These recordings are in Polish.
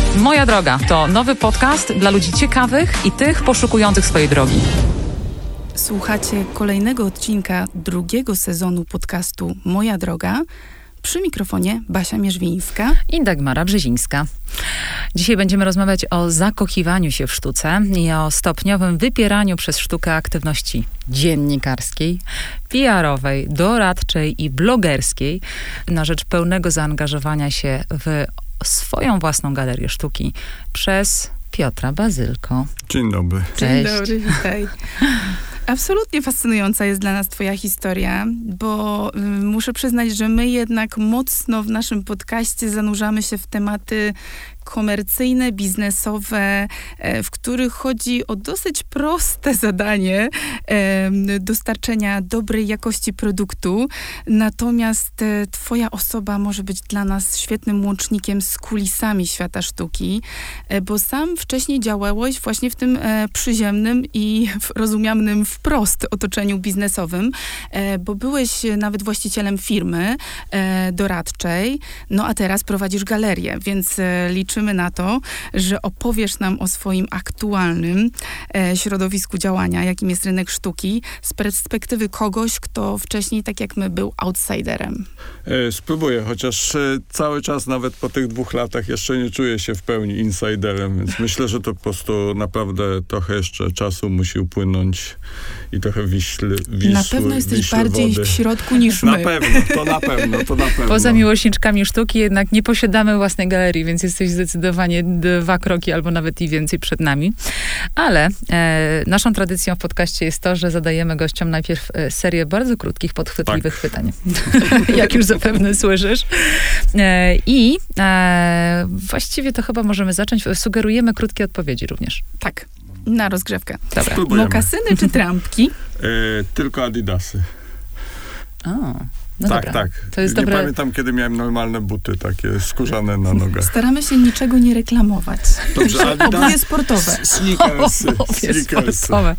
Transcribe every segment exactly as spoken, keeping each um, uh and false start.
Moja droga to nowy podcast dla ludzi ciekawych i tych poszukujących swojej drogi. Słuchacie kolejnego odcinka drugiego sezonu podcastu Moja droga. Przy mikrofonie Basia Mierzwińska i Dagmara Brzezińska. Dzisiaj będziemy rozmawiać o zakochiwaniu się w sztuce i o stopniowym wypieraniu przez sztukę aktywności dziennikarskiej, P R-owej, doradczej i blogerskiej na rzecz pełnego zaangażowania się w swoją własną galerię sztuki przez Piotra Bazylko. Dzień dobry. Dzień dobry, witaj. Absolutnie fascynująca jest dla nas twoja historia, bo y, muszę przyznać, że my jednak mocno w naszym podcaście zanurzamy się w tematy komercyjne, biznesowe, e, w których chodzi o dosyć proste zadanie e, dostarczenia dobrej jakości produktu. Natomiast e, twoja osoba może być dla nas świetnym łącznikiem z kulisami świata sztuki, e, bo sam wcześniej działałeś właśnie w tym e, przyziemnym i w rozumianym wprost otoczeniu biznesowym, e, bo byłeś nawet właścicielem firmy e, doradczej, no a teraz prowadzisz galerię, więc e, liczymy na to, że opowiesz nam o swoim aktualnym e, środowisku działania, jakim jest rynek sztuki, z perspektywy kogoś, kto wcześniej, tak jak my, był outsiderem. E, spróbuję, chociaż e, cały czas, nawet po tych dwóch latach, jeszcze nie czuję się w pełni insiderem, więc myślę, że to po prostu naprawdę trochę jeszcze czasu musi upłynąć i trochę wiśle, wiśle Na pewno jesteś wiśle bardziej wody. w środku niż my. Na pewno, to na pewno, to na pewno. Poza miłośniczkami sztuki jednak nie posiadamy własnej galerii, więc jesteś zdecydowanie dwa kroki albo nawet i więcej przed nami. Ale e, naszą tradycją w podcaście jest to, że zadajemy gościom najpierw e, serię bardzo krótkich, podchwytliwych tak. pytań. Jak już zapewne słyszysz. E, I e, właściwie to chyba możemy zacząć. Sugerujemy krótkie odpowiedzi również. Tak, na rozgrzewkę. Dobra. Mokasyny czy trampki? E, tylko Adidasy. O. No tak, dobra. tak. To jest nie dobre... pamiętam, kiedy miałem normalne buty, takie skórzane na nogach. Staramy się niczego nie reklamować. Dobrze, obuwie sportowe. Sneakersy. Sportowe.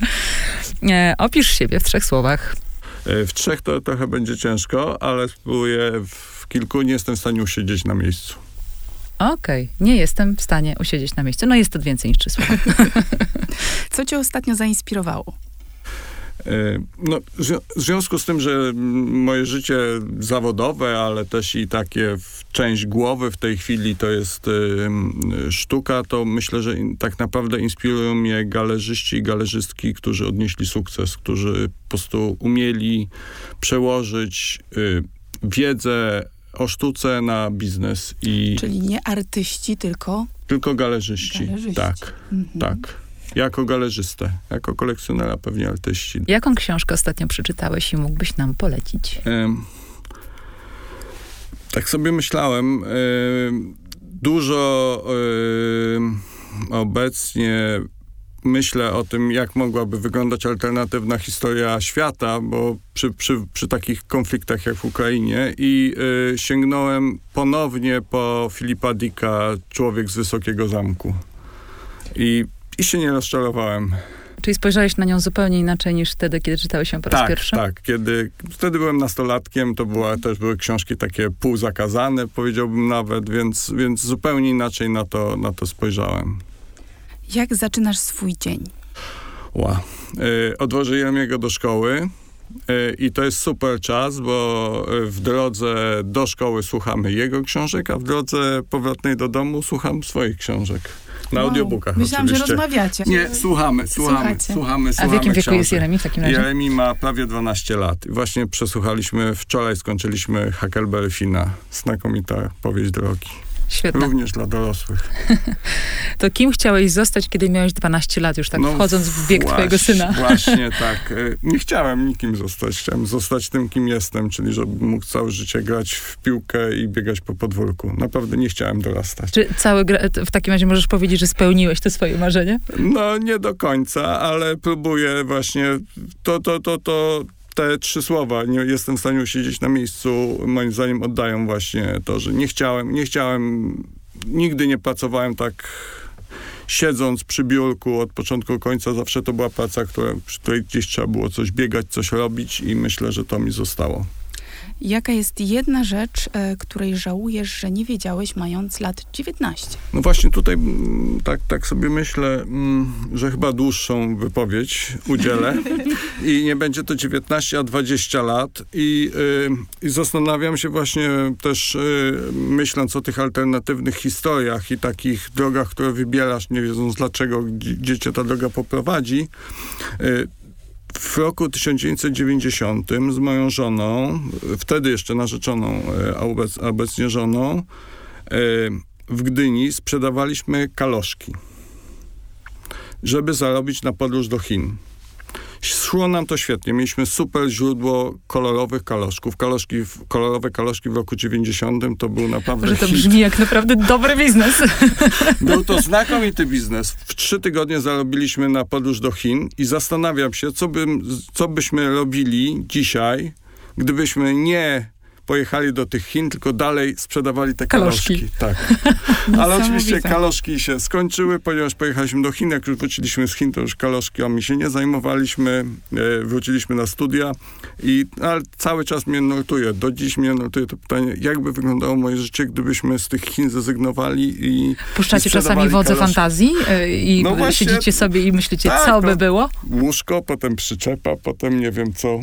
E, opisz siebie w trzech słowach. E, w trzech to trochę będzie ciężko, ale spróbuję w kilku. Nie jestem w stanie usiedzieć na miejscu. Okej. Okay. Nie jestem w stanie usiedzieć na miejscu. No jest to więcej niż trzy słowa. Co cię ostatnio zainspirowało? No, w związku z tym, że moje życie zawodowe, ale też i takie część głowy w tej chwili to jest y, sztuka, to myślę, że in, tak naprawdę inspirują mnie galerzyści i galerzystki, którzy odnieśli sukces, którzy po prostu umieli przełożyć y, wiedzę o sztuce na biznes. I Czyli nie artyści, tylko... Tylko galerzyści. galerzyści. Tak, mhm. tak. Jako galerzystę, jako kolekcjonera pewnie artyści. Jaką książkę ostatnio przeczytałeś i mógłbyś nam polecić? Ym, tak sobie myślałem. Ym, dużo ym, obecnie myślę o tym, jak mogłaby wyglądać alternatywna historia świata, bo przy, przy, przy takich konfliktach jak w Ukrainie i y, sięgnąłem ponownie po Philippa Dicka, Człowiek z Wysokiego Zamku. I I się nie rozczarowałem. Czyli spojrzałeś na nią zupełnie inaczej niż wtedy, kiedy czytałeś ją po raz tak, pierwszy? Tak, kiedy wtedy byłem nastolatkiem, to była, też były książki takie półzakazane, powiedziałbym nawet, więc, więc zupełnie inaczej na to, na to spojrzałem. Jak zaczynasz swój dzień? Wow. Y, odwożę Jeremiego do szkoły y, i to jest super czas, bo w drodze do szkoły słuchamy jego książek, a w drodze powrotnej do domu słucham swoich książek. Na wow. audiobookach Myślałam, oczywiście. że rozmawiacie. Nie, słuchamy, słuchamy, słuchamy, słuchamy. A w jakim wieku książek. jest Jeremi w takim razie? Jeremi ma prawie dwanaście lat. I właśnie przesłuchaliśmy, wczoraj skończyliśmy Huckleberry Finna. Znakomita powieść drogi. Świetne. Również dla dorosłych. To kim chciałeś zostać, kiedy miałeś dwanaście lat, już tak no, wchodząc w bieg właśnie, twojego syna? Właśnie tak. Nie chciałem nikim zostać. Chciałem zostać tym, kim jestem, czyli żebym mógł całe życie grać w piłkę i biegać po podwórku. Naprawdę nie chciałem dorastać. Czy cały gra... w takim razie możesz powiedzieć, że spełniłeś to swoje marzenie? No, nie do końca, ale próbuję właśnie to, to, to, to te trzy słowa, nie jestem w stanie usiedzieć na miejscu, moim zdaniem oddają właśnie to, że nie chciałem, nie chciałem, nigdy nie pracowałem tak siedząc przy biurku od początku do końca. Zawsze to była praca, która, przy której gdzieś trzeba było coś biegać, coś robić i myślę, że to mi zostało. Jaka jest jedna rzecz, e, której żałujesz, że nie wiedziałeś, mając lat dziewiętnaście? No właśnie tutaj mm, tak, tak sobie myślę, mm, że chyba dłuższą wypowiedź udzielę i nie będzie to dziewiętnaście, a dwadzieścia lat i, y, i zastanawiam się właśnie też y, myśląc o tych alternatywnych historiach i takich drogach, które wybierasz, nie wiedząc dlaczego, gdzie, gdzie cię ta droga poprowadzi. Y, W roku tysiąc dziewięćset dziewięćdziesiątym z moją żoną, wtedy jeszcze narzeczoną, a obec, obecnie żoną, w Gdyni sprzedawaliśmy kaloszki, żeby zarobić na podróż do Chin. Szło nam to świetnie. Mieliśmy super źródło kolorowych kaloszków. Kaloszki, kolorowe kaloszki w roku dziewięćdziesiątym to był naprawdę Że to hit. brzmi jak naprawdę dobry biznes. Był to znakomity biznes. W trzy tygodnie zarobiliśmy na podróż do Chin i zastanawiam się, co, bym, co byśmy robili dzisiaj, gdybyśmy nie pojechali do tych Chin, tylko dalej sprzedawali te kaloszki. Kaloszki. Tak. Ale oczywiście Niesamowite. kaloszki się skończyły, ponieważ pojechaliśmy do Chin. Jak już wróciliśmy z Chin, to już kaloszkami się nie zajmowaliśmy. E, wróciliśmy na studia i ale cały czas mnie nurtuje. Do dziś mnie nurtuje to pytanie, jakby wyglądało moje życie, gdybyśmy z tych Chin zrezygnowali i Puszczacie i czasami sprzedawali wodze kaloszki. fantazji y, i No właśnie. siedzicie sobie i myślicie, Tak, co by no. było? Łóżko, potem przyczepa, potem nie wiem co.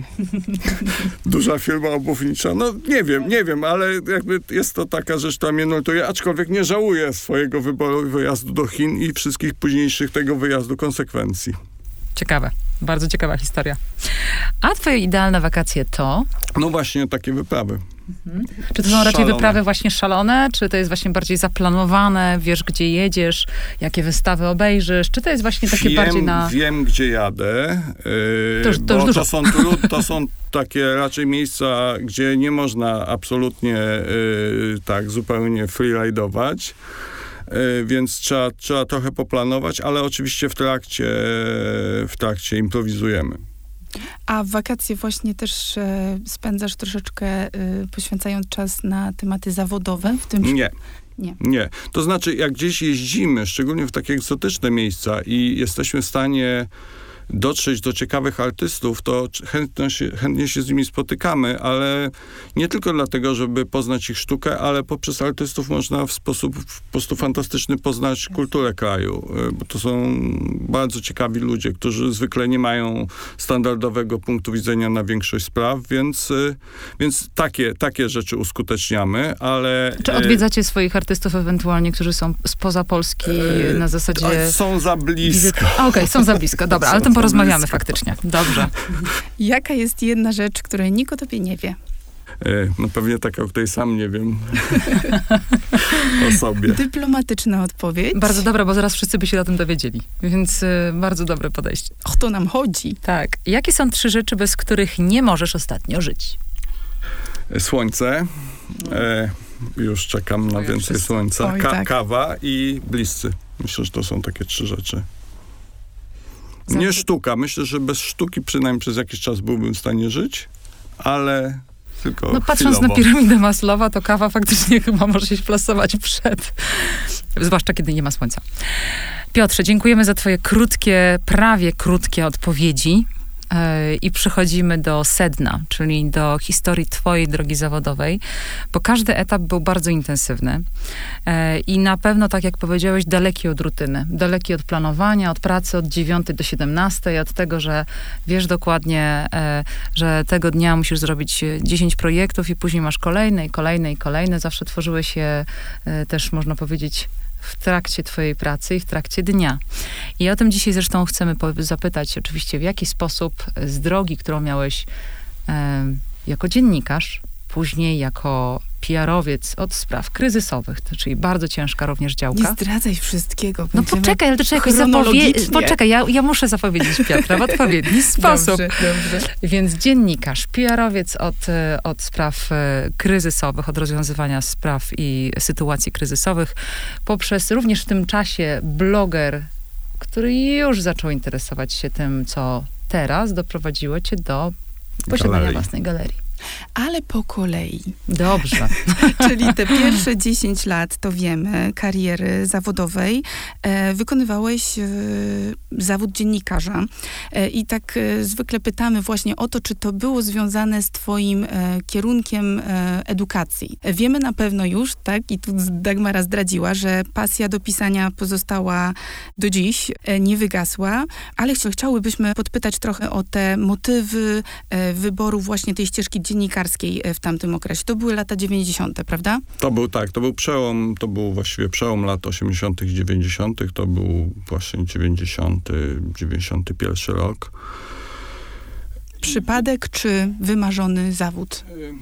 Duża firma obuwnicza. No nie wiem, nie wiem, ale jakby jest to taka rzecz, która mnie nurtuje, aczkolwiek nie żałuję swojego wyboru wyjazdu do Chin i wszystkich późniejszych tego wyjazdu konsekwencji. Ciekawe. Bardzo ciekawa historia. A twoje idealne wakacje to? No właśnie takie wyprawy. Czy to są raczej Szalone. wyprawy właśnie szalone? Czy to jest właśnie bardziej zaplanowane? Wiesz, gdzie jedziesz? Jakie wystawy obejrzysz? Czy to jest właśnie takie wiem, bardziej na... Wiem, gdzie jadę. Yy, To już- to bo już dużo. to są, tru- to są takie raczej miejsca, gdzie nie można absolutnie yy, tak zupełnie freeridować. Yy, więc trzeba, trzeba trochę poplanować, ale oczywiście w trakcie, w trakcie improwizujemy. A w wakacje właśnie też e, spędzasz troszeczkę e, poświęcając czas na tematy zawodowe w tym... Nie. Nie. Nie. To znaczy, jak gdzieś jeździmy, szczególnie w takie egzotyczne miejsca i jesteśmy w stanie dotrzeć do ciekawych artystów, to chętnie się, chętnie się z nimi spotykamy, ale nie tylko dlatego, żeby poznać ich sztukę, ale poprzez artystów można w sposób po prostu fantastyczny poznać kulturę kraju, bo to są bardzo ciekawi ludzie, którzy zwykle nie mają standardowego punktu widzenia na większość spraw, więc, więc takie, takie rzeczy uskuteczniamy, ale... Czy odwiedzacie swoich artystów ewentualnie, którzy są spoza Polski na zasadzie... Są za blisko. Okej, okay, są za blisko. Dobra, ale o tym porozmawiamy blisko. Faktycznie. Dobrze. Jaka jest jedna rzecz, której nikt o tobie nie wie? No pewnie taka, o której sam nie wiem o sobie. Dyplomatyczna odpowiedź. Bardzo dobra, bo zaraz wszyscy by się o tym dowiedzieli. Więc y, bardzo dobre podejście. O to nam chodzi. Tak. Jakie są trzy rzeczy, bez których nie możesz ostatnio żyć? Słońce. E, już czekam na Oj, więcej wszyscy. słońca. Oj, Ka- tak. Kawa i bliscy. Myślę, że to są takie trzy rzeczy. Zawsze. Nie sztuka. Myślę, że bez sztuki przynajmniej przez jakiś czas byłbym w stanie żyć, ale tylko No patrząc chwilowo. na piramidę Maslowa, to kawa faktycznie chyba może się plasować przed. Zwłaszcza, kiedy nie ma słońca. Piotrze, dziękujemy za twoje krótkie, prawie krótkie odpowiedzi. I przechodzimy do sedna, czyli do historii twojej drogi zawodowej, bo każdy etap był bardzo intensywny i na pewno, tak jak powiedziałeś, daleki od rutyny, daleki od planowania, od pracy od dziewiątej do siedemnastej, od tego, że wiesz dokładnie, że tego dnia musisz zrobić dziesięć projektów i później masz kolejne i kolejne i kolejne. Zawsze tworzyłeś je też, można powiedzieć, w trakcie twojej pracy i w trakcie dnia. I o tym dzisiaj zresztą chcemy zapytać oczywiście, w jaki sposób z drogi, którą miałeś e, jako dziennikarz, później jako P R-owiec od spraw kryzysowych, to czyli bardzo ciężka również działka. Nie zdradzaj wszystkiego. No poczekaj, ale to trzeba jakoś zapowiedzieć. Poczekaj, ja, ja muszę zapowiedzieć Piotra w odpowiedni sposób. Dobrze, dobrze. Więc dziennikarz, P R-owiec od, od spraw kryzysowych, od rozwiązywania spraw i sytuacji kryzysowych, poprzez również w tym czasie bloger, który już zaczął interesować się tym, co teraz doprowadziło cię do posiadania Galerii. własnej galerii. Ale po kolei. Dobrze. Czyli te pierwsze dziesięć lat, to wiemy, kariery zawodowej, e, wykonywałeś e, zawód dziennikarza. E, I tak e, zwykle pytamy właśnie o to, czy to było związane z twoim e, kierunkiem e, edukacji. E, wiemy na pewno już, tak, i tu Dagmara zdradziła, że pasja do pisania pozostała do dziś, e, nie wygasła, ale chci- chciałybyśmy podpytać trochę o te motywy e, wyboru właśnie tej ścieżki dziennikarskiej e, w tamtym okresie. To były lata dziewięćdziesiąte, prawda? To był tak, to był przełom, to był właściwie przełom lat osiemdziesiątych, dziewięćdziesiątych, to był właśnie dziewięćdziesiąty, dziewięćdziesiąty pierwszy rok. Przypadek czy wymarzony zawód?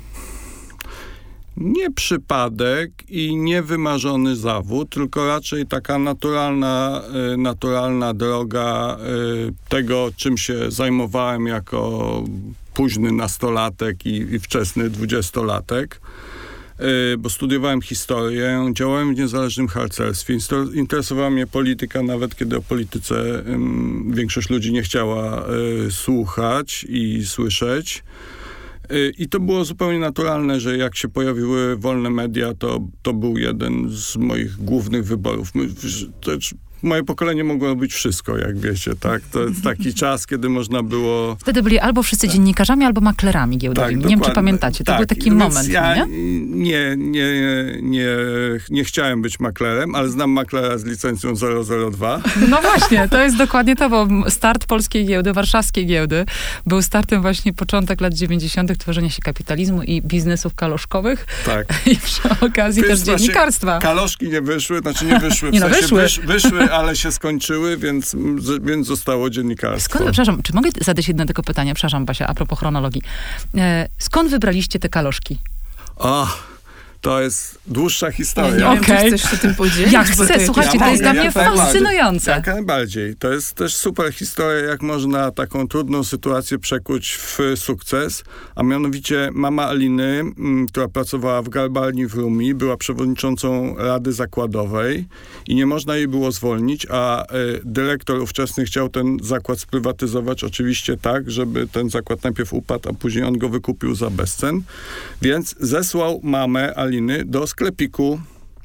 Nie przypadek i nie wymarzony zawód, tylko raczej taka naturalna, y, naturalna droga y, tego, czym się zajmowałem jako późny nastolatek i, i wczesny dwudziestolatek. Y, bo studiowałem historię, działałem w niezależnym harcerstwie, interesowała mnie polityka, nawet kiedy o polityce y, większość ludzi nie chciała y, słuchać i słyszeć. I to było zupełnie naturalne, że jak się pojawiły wolne media, to, to był jeden z moich głównych wyborów. My, to, moje pokolenie mogło robić wszystko, jak wiecie, tak? To jest taki czas, kiedy można było... Wtedy byli albo wszyscy dziennikierzami, albo maklerami giełdowymi. Tak, nie wiem, czy pamiętacie. To tak, był taki więc moment, ja nie? Nie, nie, nie, nie chciałem być maklerem, ale znam maklera z licencją zero zero dwa. No właśnie, to jest dokładnie to, bo start polskiej giełdy, warszawskiej giełdy, był startem właśnie początek lat dziewięćdziesiątych, tworzenia się kapitalizmu i biznesów kaloszkowych. Tak. I przy okazji Więc też dziennikarstwa. Kaloszki nie wyszły, znaczy nie wyszły, w nie no, sensie wyszły. Wysz, wyszły, ale się skończyły, więc, więc zostało dziennikarstwo. Skąd, przepraszam, czy mogę zadać jedno tylko pytanie, przepraszam Basia, a propos chronologii. E, skąd wybraliście te kaloszki? O, to jest dłuższa historia. Ja nie okay. wiem, czy chcesz się tym podzielić? Ja chcę, słuchajcie, ja to jest mogę, dla mnie jak fascynujące. Jak najbardziej. To jest też super historia, jak można taką trudną sytuację przekuć w sukces. A mianowicie mama Aliny, m, która pracowała w garbarni w Rumi, była przewodniczącą Rady Zakładowej i nie można jej było zwolnić, a y, dyrektor ówczesny chciał ten zakład sprywatyzować oczywiście tak, żeby ten zakład najpierw upadł, a później on go wykupił za bezcen. Więc zesłał mamę Aliny do sklepiku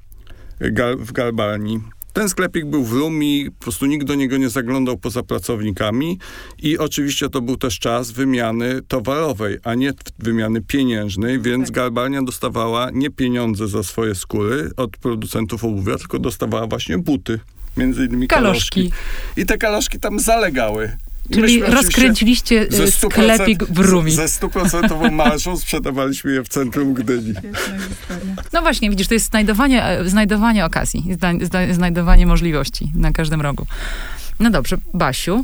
w garbarni. Ten sklepik był w Rumi, po prostu nikt do niego nie zaglądał poza pracownikami i oczywiście to był też czas wymiany towarowej, a nie wymiany pieniężnej, więc tak. Garbarnia dostawała nie pieniądze za swoje skóry od producentów obuwia, tylko dostawała właśnie buty, między innymi kaloszki. kaloszki. I te kaloszki tam zalegały. Czyli rozkręciliście sklepik w Rumi. Ze stuprocentową marżą sprzedawaliśmy je w centrum Gdyni. No właśnie, widzisz, to jest znajdowanie, znajdowanie okazji, znajdowanie możliwości na każdym rogu. No dobrze, Basiu.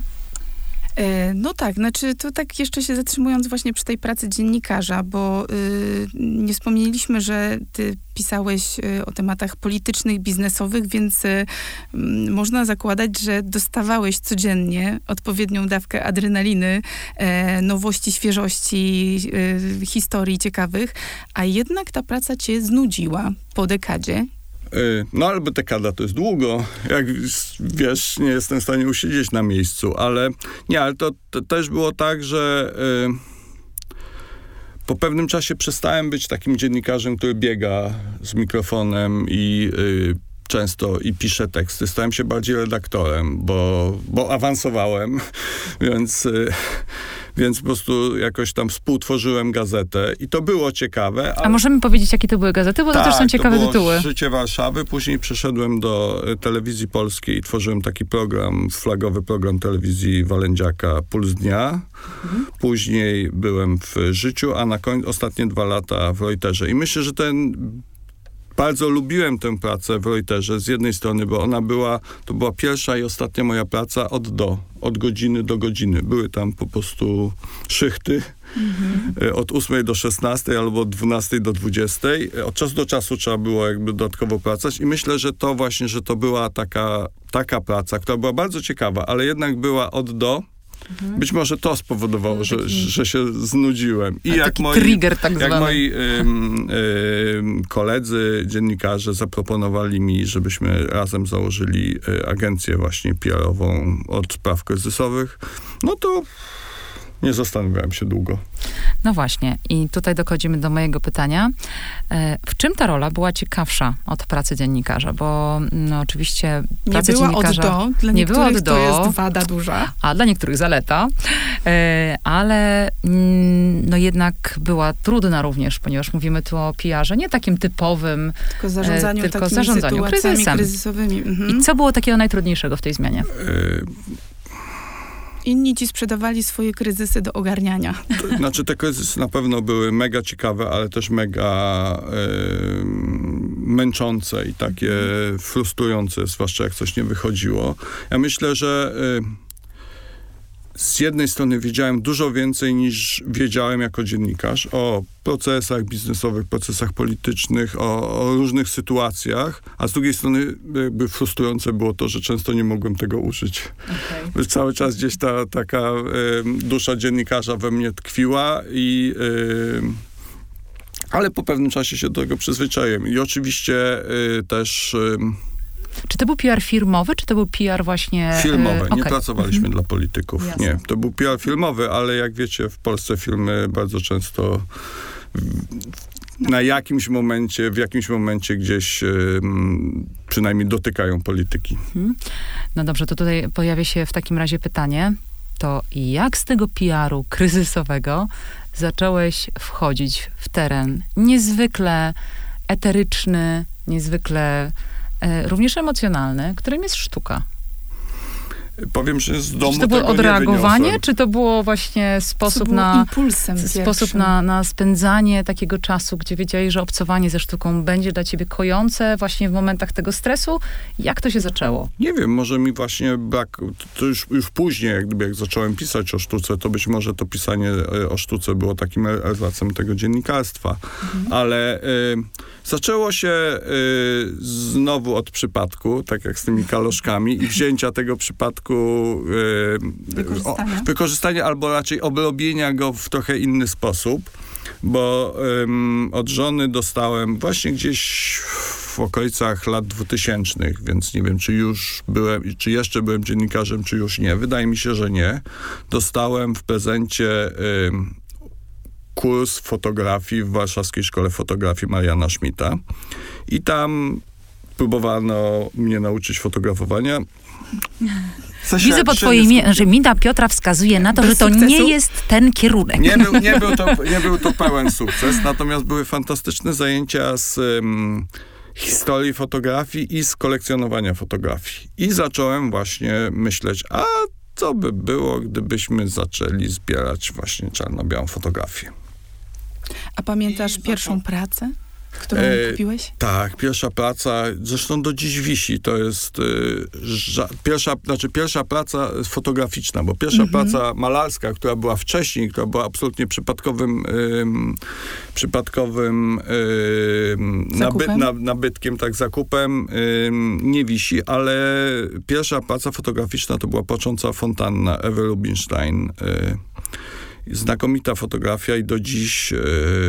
No tak, znaczy to tak jeszcze się zatrzymując właśnie przy tej pracy dziennikarza, bo y, nie wspomnieliśmy, że ty pisałeś y, o tematach politycznych, biznesowych, więc y, y, można zakładać, że dostawałeś codziennie odpowiednią dawkę adrenaliny, y, nowości, świeżości, y, historii ciekawych, a jednak ta praca cię znudziła po dekadzie. No, albo dekada to jest długo. Jak wiesz, nie jestem w stanie usiedzieć na miejscu, ale nie, ale to, to też było tak, że y, po pewnym czasie przestałem być takim dziennikarzem, który biega z mikrofonem i y, często i pisze teksty. Stałem się bardziej redaktorem, bo, bo awansowałem, więc... Y, Więc po prostu jakoś tam współtworzyłem gazetę i to było ciekawe. Ale... A możemy powiedzieć, jakie to były gazety? Bo tak, to też są ciekawe to było tytuły. Życie Warszawy. Później przeszedłem do telewizji polskiej i tworzyłem taki program, flagowy program telewizji Walędziaka Puls Dnia. Mhm. Później byłem w Życiu, a na końcu ostatnie dwa lata w Reuterze. I myślę, że ten... Bardzo lubiłem tę pracę w Reuterze z jednej strony, bo ona była, to była pierwsza i ostatnia moja praca od do, od godziny do godziny. Były tam po prostu szychty mm-hmm. od ósmej do szesnastej albo od dwunastej do dwudziestej. Od czasu do czasu trzeba było jakby dodatkowo pracować i myślę, że to właśnie, że to była taka, taka praca, która była bardzo ciekawa, ale jednak była od do. Mhm. Być może to spowodowało, że, taki, że się znudziłem. I jak moi, trigger tak jak moi ym, ym, koledzy, dziennikarze zaproponowali mi, żebyśmy razem założyli y, agencję właśnie P R ową od spraw kryzysowych, no to Nie zastanawiałem się długo. No właśnie. I tutaj dochodzimy do mojego pytania. W czym ta rola była ciekawsza od pracy dziennikarza? Bo no, oczywiście praca nie była dziennikarza... od do. Dla nie była od to do, jest wada duża. A dla niektórych zaleta. Ale no jednak była trudna również, ponieważ mówimy tu o P R-ze nie takim typowym, tylko zarządzaniu tylko takimi zarządzaniu sytuacjami kryzysem. kryzysowymi. Mhm. I co było takiego najtrudniejszego w tej zmianie? Y- Inni ci sprzedawali swoje kryzysy do ogarniania. To, znaczy te kryzysy na pewno były mega ciekawe, ale też mega y, męczące i takie frustrujące, zwłaszcza jak coś nie wychodziło. Ja myślę, że y, z jednej strony wiedziałem dużo więcej niż wiedziałem jako dziennikarz o procesach biznesowych, procesach politycznych, o, o różnych sytuacjach, a z drugiej strony jakby frustrujące było to, że często nie mogłem tego użyć. Okay. Cały czas gdzieś ta taka y, dusza dziennikarza we mnie tkwiła i y, ale po pewnym czasie się do tego przyzwyczaiłem. I oczywiście y, też y, Czy to był P R firmowy, czy to był P R właśnie... Filmowy. Yy, okay. Nie pracowaliśmy mhm. dla polityków. Jasne. Nie, to był P R filmowy, ale jak wiecie, w Polsce filmy bardzo często na jakimś momencie, w jakimś momencie gdzieś yy, przynajmniej dotykają polityki. Mhm. No dobrze, to tutaj pojawia się w takim razie pytanie, to jak z tego P R-u kryzysowego zacząłeś wchodzić w teren niezwykle eteryczny, niezwykle również emocjonalny, którym jest sztuka? Powiem, że z domu Czy to było tego odreagowanie, czy to było właśnie sposób było na impulsem sposób na, na spędzanie takiego czasu, gdzie wiedziałeś, że obcowanie ze sztuką będzie dla ciebie kojące właśnie w momentach tego stresu? Jak to się zaczęło? Nie wiem, może mi właśnie brak, to już, już później, jak gdyby jak zacząłem pisać o sztuce, to być może to pisanie o sztuce było takim erzacem tego dziennikarstwa. Mhm. Ale y, zaczęło się y, znowu od przypadku, tak jak z tymi kaloszkami i wzięcia tego przypadku Wykorzystania. O, wykorzystania albo raczej obrobienia go w trochę inny sposób, bo um, od żony dostałem właśnie gdzieś w okolicach lat dwutysięcznych, więc nie wiem, czy już byłem, czy jeszcze byłem dziennikarzem, czy już nie. Wydaje mi się, że nie. Dostałem w prezencie um, kurs fotografii w Warszawskiej Szkole Fotografii Mariana Schmidta i tam próbowano mnie nauczyć fotografowania. Widzę po twojej mie- że mina Piotra wskazuje na to, Bez że to sukcesu? nie jest ten kierunek. Nie był, nie był, to, nie był to pełen sukces, natomiast były fantastyczne zajęcia z um, historii fotografii i z kolekcjonowania fotografii. I zacząłem właśnie myśleć, a co by było, gdybyśmy zaczęli zbierać właśnie czarno-białą fotografię. A pamiętasz pierwszą pracę, którą e, kupiłeś? Tak, pierwsza praca, zresztą do dziś wisi, to jest y, ża- pierwsza, znaczy pierwsza praca fotograficzna, bo pierwsza mm-hmm. praca malarska, która była wcześniej, która była absolutnie przypadkowym y, przypadkowym y, naby, na, nabytkiem, tak, zakupem, y, nie wisi, ale pierwsza praca fotograficzna to była Płacząca fontanna Ewy Rubinstein. Y, Znakomita fotografia i do dziś e,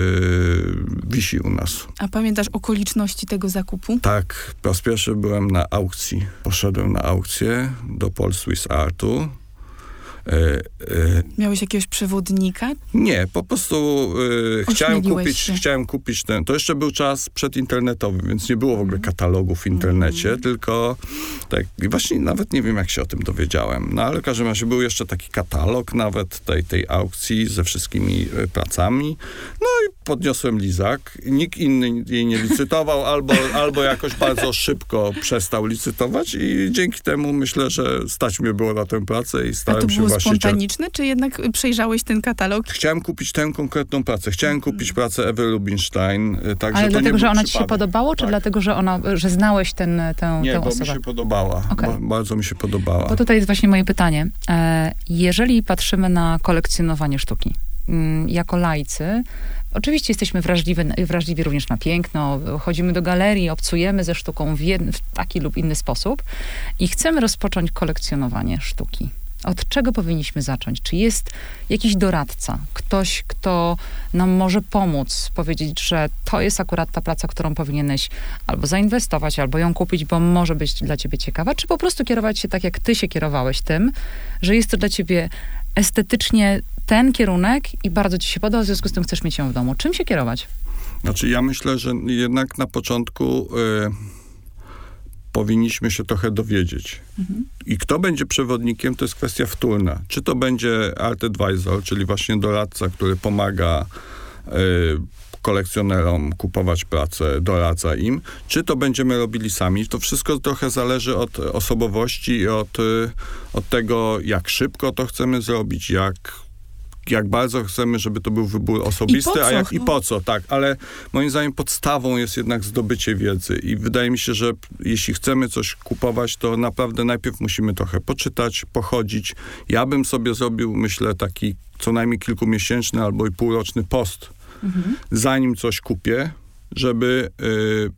wisi u nas. A pamiętasz okoliczności tego zakupu? Tak, po raz pierwszy byłem na aukcji. Poszedłem na aukcję do Paul Swiss Artu. E, e, Miałeś jakiegoś przewodnika? Nie, po prostu e, chciałem kupić, się. chciałem kupić ten. To jeszcze był czas przedinternetowy, więc nie było w ogóle katalogów w internecie, mm. tylko tak, i właśnie nawet nie wiem, jak się o tym dowiedziałem. No ale w każdym razie był jeszcze taki katalog nawet tej, tej aukcji ze wszystkimi e, pracami. No i podniosłem lizak. Nikt inny jej nie licytował, albo, albo jakoś bardzo szybko przestał licytować i dzięki temu myślę, że stać mnie było na tę pracę i stałem się właściciel. spontaniczne, czy jednak przejrzałeś ten katalog? Chciałem kupić tę konkretną pracę. Chciałem kupić pracę Ewy Rubinstein. Tak, ale że dlatego, to że ona przypadek. ci się podobało, czy tak. dlatego, że ona, że znałeś ten, tę, Nie, tę bo osobę? mi się podobała. Okay. Ba- bardzo mi się podobała. Bo tutaj jest właśnie moje pytanie. E, jeżeli patrzymy na kolekcjonowanie sztuki, m, jako laicy, oczywiście jesteśmy wrażliwi, wrażliwi również na piękno, chodzimy do galerii, obcujemy ze sztuką w, jed, w taki lub inny sposób i chcemy rozpocząć kolekcjonowanie sztuki. Od czego powinniśmy zacząć? Czy jest jakiś doradca, ktoś, kto nam może pomóc, powiedzieć, że to jest akurat ta praca, którą powinieneś albo zainwestować, albo ją kupić, bo może być dla ciebie ciekawa, czy po prostu kierować się tak, jak ty się kierowałeś tym, że jest to dla ciebie estetycznie ten kierunek i bardzo ci się podoba, w związku z tym chcesz mieć ją w domu. Czym się kierować? Znaczy ja myślę, że jednak na początku y, powinniśmy się trochę dowiedzieć. Mhm. I kto będzie przewodnikiem, to jest kwestia wtórna. Czy to będzie Art Advisor, czyli właśnie doradca, który pomaga y, kolekcjonerom kupować pracę, doradza im, czy to będziemy robili sami. To wszystko trochę zależy od osobowości i od, od tego, jak szybko to chcemy zrobić, jak jak bardzo chcemy, żeby to był wybór osobisty, a jak i po co, tak. Ale moim zdaniem podstawą jest jednak zdobycie wiedzy i wydaje mi się, że jeśli chcemy coś kupować, to naprawdę najpierw musimy trochę poczytać, pochodzić. Ja bym sobie zrobił, myślę, taki co najmniej kilkumiesięczny albo i półroczny post, mhm. zanim coś kupię, żeby y,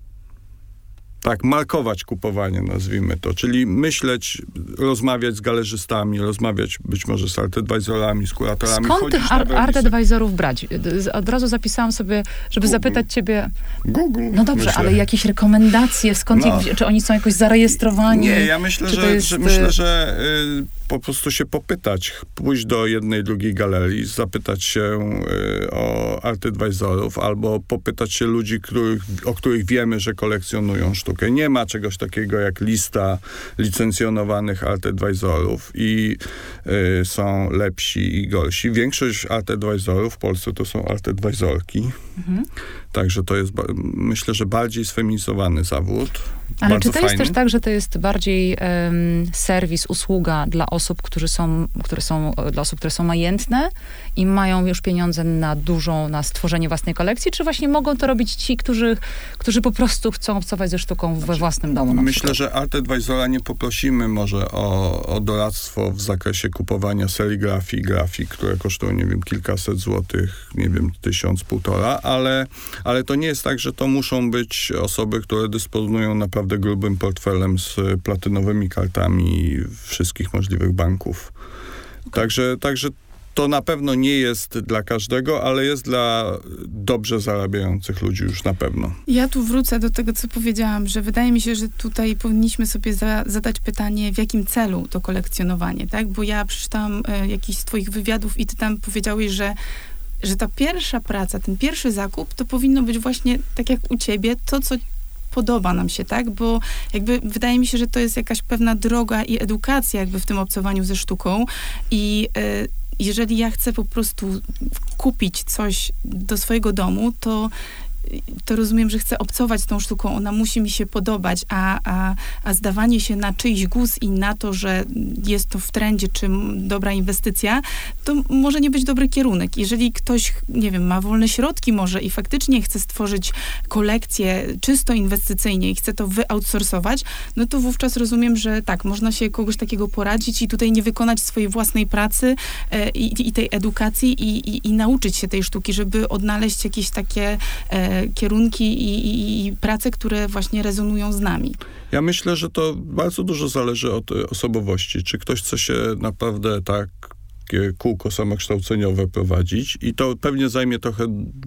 tak, markować kupowanie, nazwijmy to. Czyli myśleć, rozmawiać z galerzystami, rozmawiać być może z art advisorami, z kuratorami. Skąd tych ar- art advisorów brać? Od razu zapisałam sobie, żeby Google. zapytać ciebie... Google. No dobrze, myślę. Ale jakieś rekomendacje, skąd no. ich, czy oni są jakoś zarejestrowani? Nie, ja myślę, że, jest... że myślę, że y, po prostu się popytać, pójść do jednej, drugiej galerii, zapytać się y, o art advisorów, albo popytać się ludzi, których, o których wiemy, że kolekcjonują sztukę. Nie ma czegoś takiego jak lista licencjonowanych art advisorów i y, są lepsi i gorsi. Większość art advisorów w Polsce to są art advisorki. Mhm. Także to jest, myślę, że bardziej sfeminizowany zawód. Ale bardzo czy to fajny. jest też tak, że to jest bardziej um, serwis, usługa dla osób, którzy są, które są, dla osób, które są majętne i mają już pieniądze na dużą, na stworzenie własnej kolekcji, czy właśnie mogą to robić ci, którzy, którzy po prostu chcą obcować ze sztuką we znaczy, własnym domu? Na myślę, przykład. że art advisora nie poprosimy może o, o doradztwo w zakresie kupowania serigrafii, grafik, które kosztują, nie wiem, kilkaset złotych, nie wiem, tysiąc, półtora, ale, ale to nie jest tak, że to muszą być osoby, które dysponują naprawdę grubym portfelem z platynowymi kartami wszystkich możliwych banków. Okay. Także, także to na pewno nie jest dla każdego, ale jest dla dobrze zarabiających ludzi już na pewno. Ja tu wrócę do tego, co powiedziałam, że wydaje mi się, że tutaj powinniśmy sobie za, zadać pytanie, w jakim celu to kolekcjonowanie, tak? Bo ja przeczytałam e, jakiś z twoich wywiadów i ty tam powiedziałeś, że że ta pierwsza praca, ten pierwszy zakup, to powinno być właśnie, tak jak u ciebie, to, co podoba nam się, tak? Bo jakby wydaje mi się, że to jest jakaś pewna droga i edukacja jakby w tym obcowaniu ze sztuką i y, jeżeli ja chcę po prostu kupić coś do swojego domu, to to rozumiem, że chcę obcować z tą sztuką, ona musi mi się podobać, a, a, a zdawanie się na czyjś guz i na to, że jest to w trendzie, czy dobra inwestycja, to może nie być dobry kierunek. Jeżeli ktoś, nie wiem, ma wolne środki może i faktycznie chce stworzyć kolekcję czysto inwestycyjnie i chce to wyoutsourcować, no to wówczas rozumiem, że tak, można się kogoś takiego poradzić i tutaj nie wykonać swojej własnej pracy e, i, i tej edukacji i, i, i nauczyć się tej sztuki, żeby odnaleźć jakieś takie e, kierunki i, i, i prace, które właśnie rezonują z nami. Ja myślę, że to bardzo dużo zależy od osobowości. Czy ktoś chce się naprawdę tak kółko samokształceniowe prowadzić i to pewnie zajmie trochę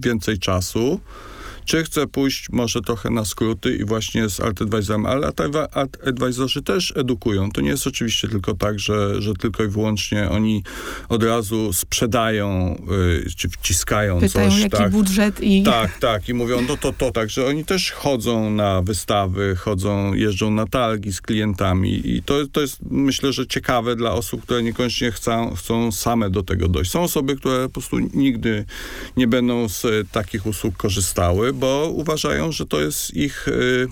więcej czasu. Czy chcę pójść może trochę na skróty i właśnie z art advisorem, ale art advisorzy też edukują. To nie jest oczywiście tylko tak, że, że tylko i wyłącznie oni od razu sprzedają, y, czy wciskają Pytają, coś. jaki tak, budżet i... Tak, tak. I mówią, no to, to, także oni też chodzą na wystawy, chodzą, jeżdżą na targi z klientami i to, to jest, myślę, że ciekawe dla osób, które niekoniecznie chcą, chcą same do tego dojść. Są osoby, które po prostu nigdy nie będą z y, takich usług korzystały, bo uważają, że to jest ich, y,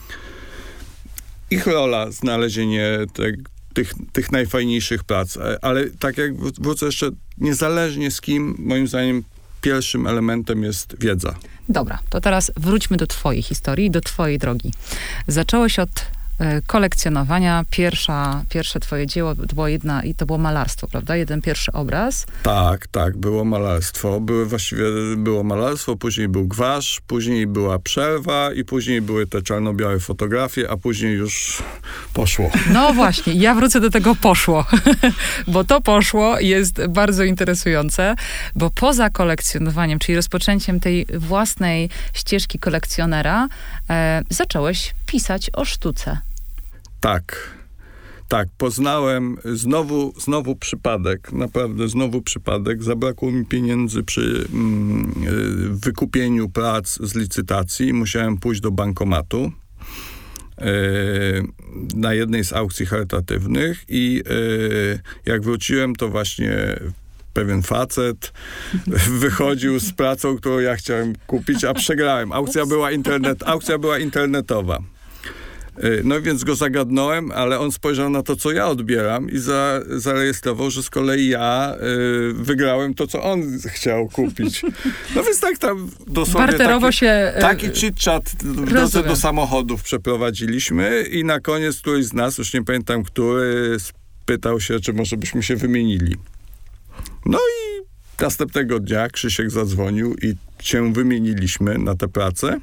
ich rola, znalezienie te, tych, tych najfajniejszych prac. Ale tak jak wrócę jeszcze, niezależnie z kim, moim zdaniem pierwszym elementem jest wiedza. Dobra, to teraz wróćmy do twojej historii, do twojej drogi. Zaczęło się od kolekcjonowania. Pierwsza, pierwsze twoje dzieło to było jedna, i to było malarstwo, prawda? Jeden pierwszy obraz. Tak, tak, było malarstwo. Były właściwie, było malarstwo, później był gwasz, później była przerwa i później były te czarno-białe fotografie, a później już poszło. No właśnie, ja wrócę do tego poszło, bo to poszło jest bardzo interesujące, bo poza kolekcjonowaniem, czyli rozpoczęciem tej własnej ścieżki kolekcjonera, e, zacząłeś pisać o sztuce. Tak, tak, poznałem znowu, znowu przypadek, naprawdę znowu przypadek. Zabrakło mi pieniędzy przy mm, wykupieniu prac z licytacji. Musiałem pójść do bankomatu yy, na jednej z aukcji charytatywnych i yy, jak wróciłem, to właśnie pewien facet wychodził z pracą, którą ja chciałem kupić, a przegrałem. Aukcja była, internet, aukcja była internetowa. No więc go zagadnąłem, ale on spojrzał na to, co ja odbieram i za, zarejestrował, że z kolei ja y, wygrałem to, co on chciał kupić. No więc tak tam dosłownie Barterowo taki, się... taki chit-chat w drodze do samochodów przeprowadziliśmy i na koniec któryś z nas, już nie pamiętam który, spytał się, czy może byśmy się wymienili. No i następnego dnia Krzysiek zadzwonił i się wymieniliśmy na tę pracę.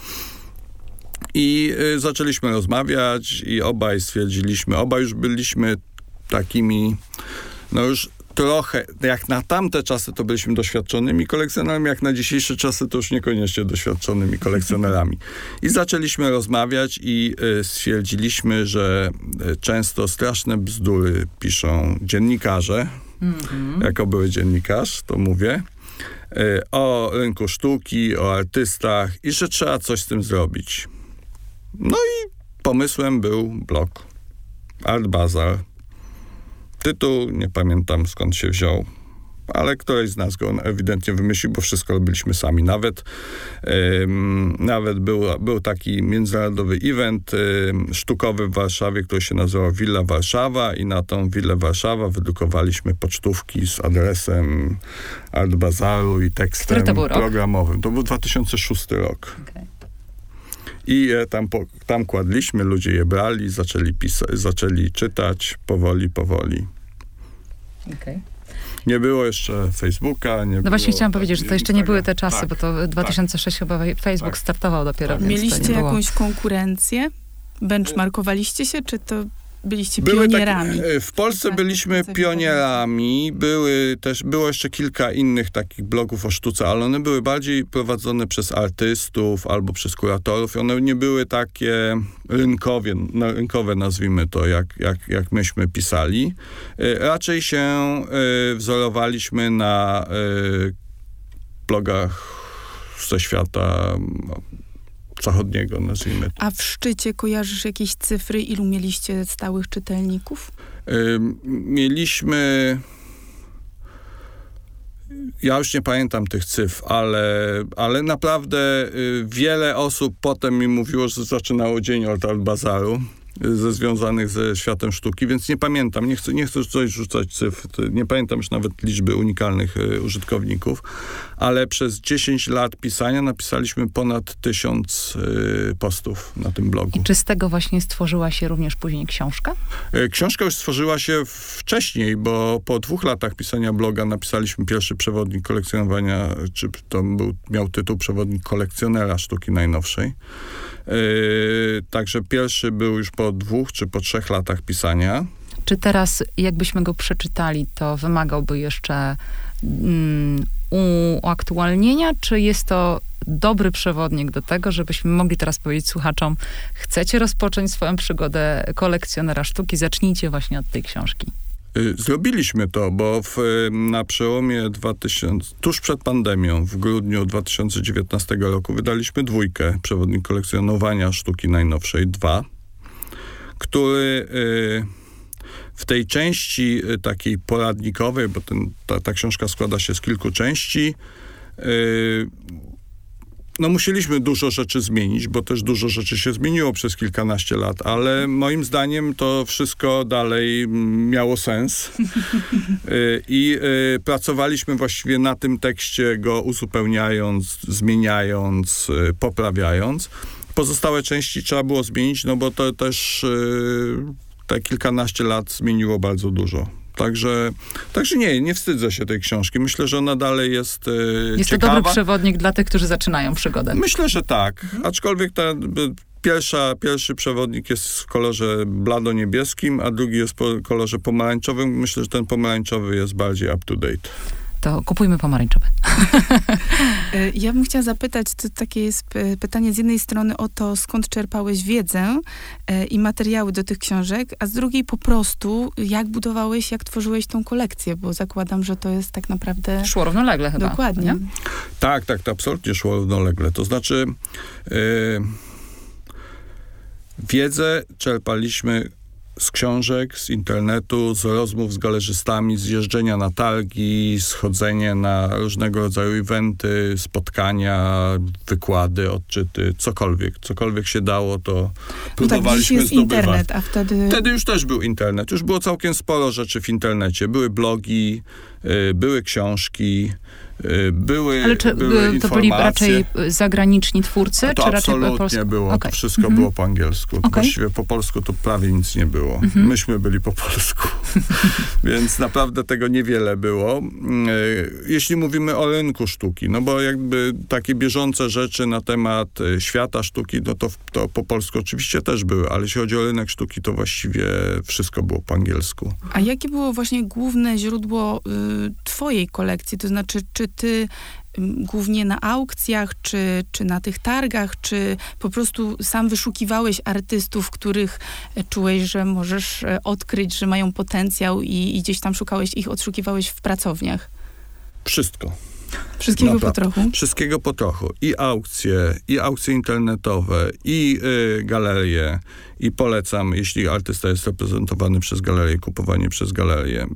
I y, zaczęliśmy rozmawiać i obaj stwierdziliśmy, obaj już byliśmy takimi, no już trochę, jak na tamte czasy to byliśmy doświadczonymi kolekcjonerami, jak na dzisiejsze czasy to już niekoniecznie doświadczonymi kolekcjonerami. I zaczęliśmy rozmawiać i y, stwierdziliśmy, że y, często straszne bzdury piszą dziennikarze, mm-hmm. jako były dziennikarz, to mówię, y, o rynku sztuki, o artystach i że trzeba coś z tym zrobić. No i pomysłem był blog Art Bazar. Tytuł nie pamiętam skąd się wziął, ale któryś z nas go ewidentnie wymyślił, bo wszystko robiliśmy sami. Nawet, ym, nawet był, był taki międzynarodowy event ym, sztukowy w Warszawie, który się nazywał Villa Warszawa i na tą Willę Warszawa wydrukowaliśmy pocztówki z adresem Art Bazaru i tekstem to był programowym. To był dwa tysiące szósty rok. Okay. I je tam, po, tam kładliśmy, ludzie je brali, zaczęli, pisa- zaczęli czytać powoli, powoli. Okay. Nie było jeszcze Facebooka. Nie no właśnie było, chciałam powiedzieć, że to jeszcze nie były te czasy, tak, bo to dwa tysiące szósty tak, chyba Facebook tak, startował dopiero. tak. Więc mieliście to nie jakąś było. konkurencję? Benchmarkowaliście się, czy to byliście Były pionierami? Takie, w Polsce tak, byliśmy pionierami. Były też, było jeszcze kilka innych takich blogów o sztuce, ale one były bardziej prowadzone przez artystów albo przez kuratorów. One nie były takie rynkowie, no, rynkowe, nazwijmy to, jak, jak, jak myśmy pisali. Raczej się y, wzorowaliśmy na y, blogach ze świata zachodniego, nazwijmy to. A w szczycie kojarzysz jakieś cyfry? Ilu mieliście stałych czytelników? Y, mieliśmy... Ja już nie pamiętam tych cyfr, ale, ale naprawdę y, wiele osób potem mi mówiło, że zaczynało dzień od Art Bazaru, y, ze związanych ze światem sztuki, więc nie pamiętam, nie chcę, nie chcę coś rzucać cyfr, nie pamiętam już nawet liczby unikalnych y, użytkowników, ale przez dziesięć lat pisania napisaliśmy ponad tysiąc y, postów na tym blogu. I czy z tego właśnie stworzyła się również później książka? Y, książka już stworzyła się wcześniej, bo po dwóch latach pisania bloga napisaliśmy pierwszy przewodnik kolekcjonowania, czy to był, miał tytuł Przewodnik kolekcjonera sztuki najnowszej. Yy, także pierwszy był już po dwóch czy po trzech latach pisania. Czy teraz, jakbyśmy go przeczytali, to wymagałby jeszcze mm, uaktualnienia, czy jest to dobry przewodnik do tego, żebyśmy mogli teraz powiedzieć słuchaczom, chcecie rozpocząć swoją przygodę kolekcjonera sztuki, zacznijcie właśnie od tej książki. Zrobiliśmy to, bo w, na przełomie dwutysięcznego, tuż przed pandemią, w grudniu dwa tysiące dziewiętnastego roku wydaliśmy dwójkę, Przewodnik kolekcjonowania sztuki najnowszej, dwa, który y, w tej części y, takiej poradnikowej, bo ten, ta, ta książka składa się z kilku części, y, no musieliśmy dużo rzeczy zmienić, bo też dużo rzeczy się zmieniło przez kilkanaście lat, ale moim zdaniem to wszystko dalej miało sens. I y, pracowaliśmy właściwie na tym tekście, go uzupełniając, zmieniając, y, poprawiając. pozostałe części trzeba było zmienić, no bo to też y, te kilkanaście lat zmieniło bardzo dużo. Także, także nie, nie wstydzę się tej książki. Myślę, że ona dalej jest y, Jest ciekawa. to dobry przewodnik dla tych, którzy zaczynają przygodę. Myślę, że tak. Mhm. Aczkolwiek ta y, pierwsza, pierwszy przewodnik jest w kolorze blado-niebieskim, a drugi jest w kolorze pomarańczowym. Myślę, że ten pomarańczowy jest bardziej up to date. To kupujmy pomarańczowe. Ja bym chciała zapytać, to takie jest pytanie z jednej strony o to, skąd czerpałeś wiedzę i materiały do tych książek, a z drugiej po prostu, jak budowałeś, jak tworzyłeś tą kolekcję, bo zakładam, że to jest tak naprawdę... Szło równolegle chyba. Dokładnie. Nie? Tak, tak, to absolutnie szło równolegle. To znaczy yy, wiedzę czerpaliśmy z książek, z internetu, z rozmów z galerzystami, z jeżdżenia na targi, schodzenie na różnego rodzaju eventy, spotkania, wykłady, odczyty, cokolwiek. Cokolwiek się dało, to próbowaliśmy no tak, dziś jest zdobywać. internet, a wtedy... Wtedy już też był internet. Już było całkiem sporo rzeczy w internecie. Były blogi, y, były książki, y, były Ale czy były to byli raczej zagraniczni twórcy? To czy raczej absolutnie po polsku? było. Okay. To wszystko mhm. było po angielsku. Okay. Właściwie po polsku to prawie nic nie było. Mhm. Myśmy byli po polsku. Więc naprawdę tego niewiele było. Jeśli mówimy o rynku sztuki, no bo jakby takie bieżące rzeczy na temat świata sztuki, no to, to po polsku oczywiście też były, ale jeśli chodzi o rynek sztuki, to właściwie wszystko było po angielsku. A jakie było właśnie główne źródło y, twojej kolekcji? To znaczy, czy ty głównie na aukcjach, czy, czy na tych targach, czy po prostu sam wyszukiwałeś artystów, których czułeś, że możesz odkryć, że mają potencjał i, i gdzieś tam szukałeś ich, odszukiwałeś w pracowniach? Wszystko. Wszystkiego Naprawdę. po trochu? Wszystkiego po trochu. I aukcje, i aukcje internetowe, i y, galerie. I polecam, jeśli artysta jest reprezentowany przez galerię, kupowanie przez galerię.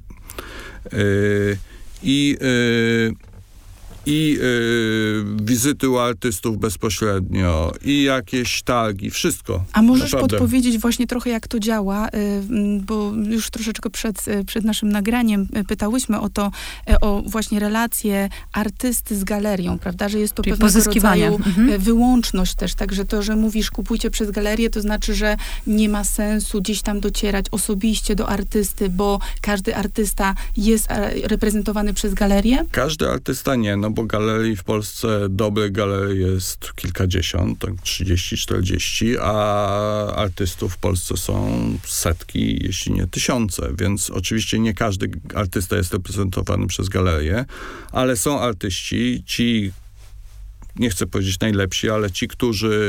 Y, I... Y, I y, wizyty u artystów bezpośrednio, i jakieś targi, wszystko. A możesz naprawdę podpowiedzieć właśnie trochę, jak to działa, y, bo już troszeczkę przed, przed naszym nagraniem pytałyśmy o to, o właśnie relacje artysty z galerią, prawda, że jest to Czyli pewnego pozyskiwanie. rodzaju mhm. wyłączność też, także to, że mówisz kupujcie przez galerię, to znaczy, że nie ma sensu gdzieś tam docierać osobiście do artysty, bo każdy artysta jest reprezentowany przez galerię? Każdy artysta nie, no bo galerii w Polsce, dobrych galerii jest kilkadziesiąt, tak trzydzieści, czterdzieści, a artystów w Polsce są setki, jeśli nie tysiące, więc oczywiście nie każdy artysta jest reprezentowany przez galerię, ale są artyści, ci, nie chcę powiedzieć najlepsi, ale ci, którzy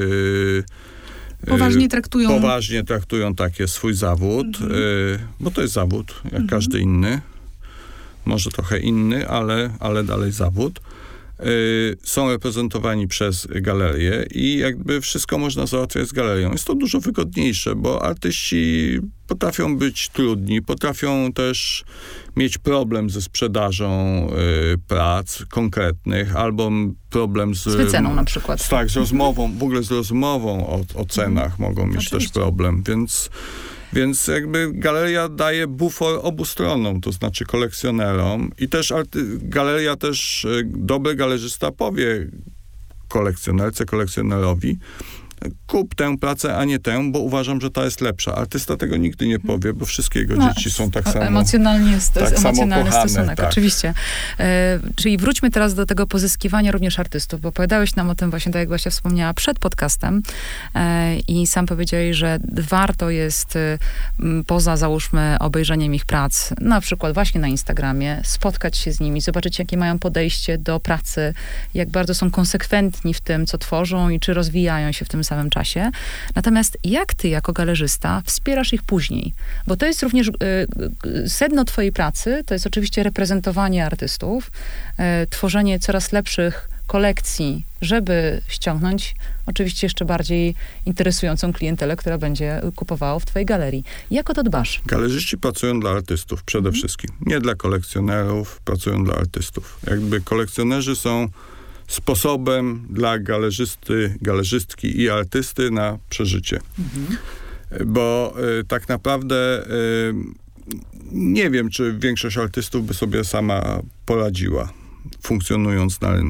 yy, Poważnie traktują. Poważnie traktują takie swój zawód, mhm. yy, bo to jest zawód, jak mhm. każdy inny. Może trochę inny, ale, ale dalej zawód. Yy, są reprezentowani przez galerię i jakby wszystko można załatwiać z galerią. Jest to dużo wygodniejsze, bo artyści potrafią być trudni, potrafią też mieć problem ze sprzedażą yy, prac konkretnych, albo problem z... Z wyceną na przykład. Tak, z rozmową, w ogóle z rozmową o, o cenach hmm. mogą mieć Oczywiście. też problem, więc... Więc jakby galeria daje bufor obu stronom, to znaczy kolekcjonerom i też arty- galeria też, dobry galerzysta powie kolekcjonerce, kolekcjonerowi, kup tę pracę, a nie tę, bo uważam, że ta jest lepsza. Artysta tego nigdy nie powie, bo wszystkie jego no, dzieci są tak samo emocjonalnie jest, tak jest emocjonalny kochane, stosunek, tak. oczywiście. E, czyli wróćmy teraz do tego pozyskiwania również artystów, bo opowiadałeś nam o tym właśnie, tak jak Basia wspomniała, przed podcastem e, i sam powiedziałeś, że warto jest e, poza, załóżmy, obejrzeniem ich prac, na przykład właśnie na Instagramie, spotkać się z nimi, zobaczyć, jakie mają podejście do pracy, jak bardzo są konsekwentni w tym, co tworzą i czy rozwijają się w tym samym czasie. Natomiast jak ty jako galerzysta wspierasz ich później? Bo to jest również y, y, sedno twojej pracy, to jest oczywiście reprezentowanie artystów, y, tworzenie coraz lepszych kolekcji, żeby ściągnąć oczywiście jeszcze bardziej interesującą klientelę, która będzie kupowała w twojej galerii. Jak o to dbasz? Galerzyści pracują dla artystów przede hmm. wszystkim. Nie dla kolekcjonerów, pracują dla artystów. Jakby kolekcjonerzy są sposobem dla galerzysty, galerzystki i artysty na przeżycie. Mhm. Bo y, tak naprawdę y, nie wiem, czy większość artystów by sobie sama poradziła, funkcjonując na rynku.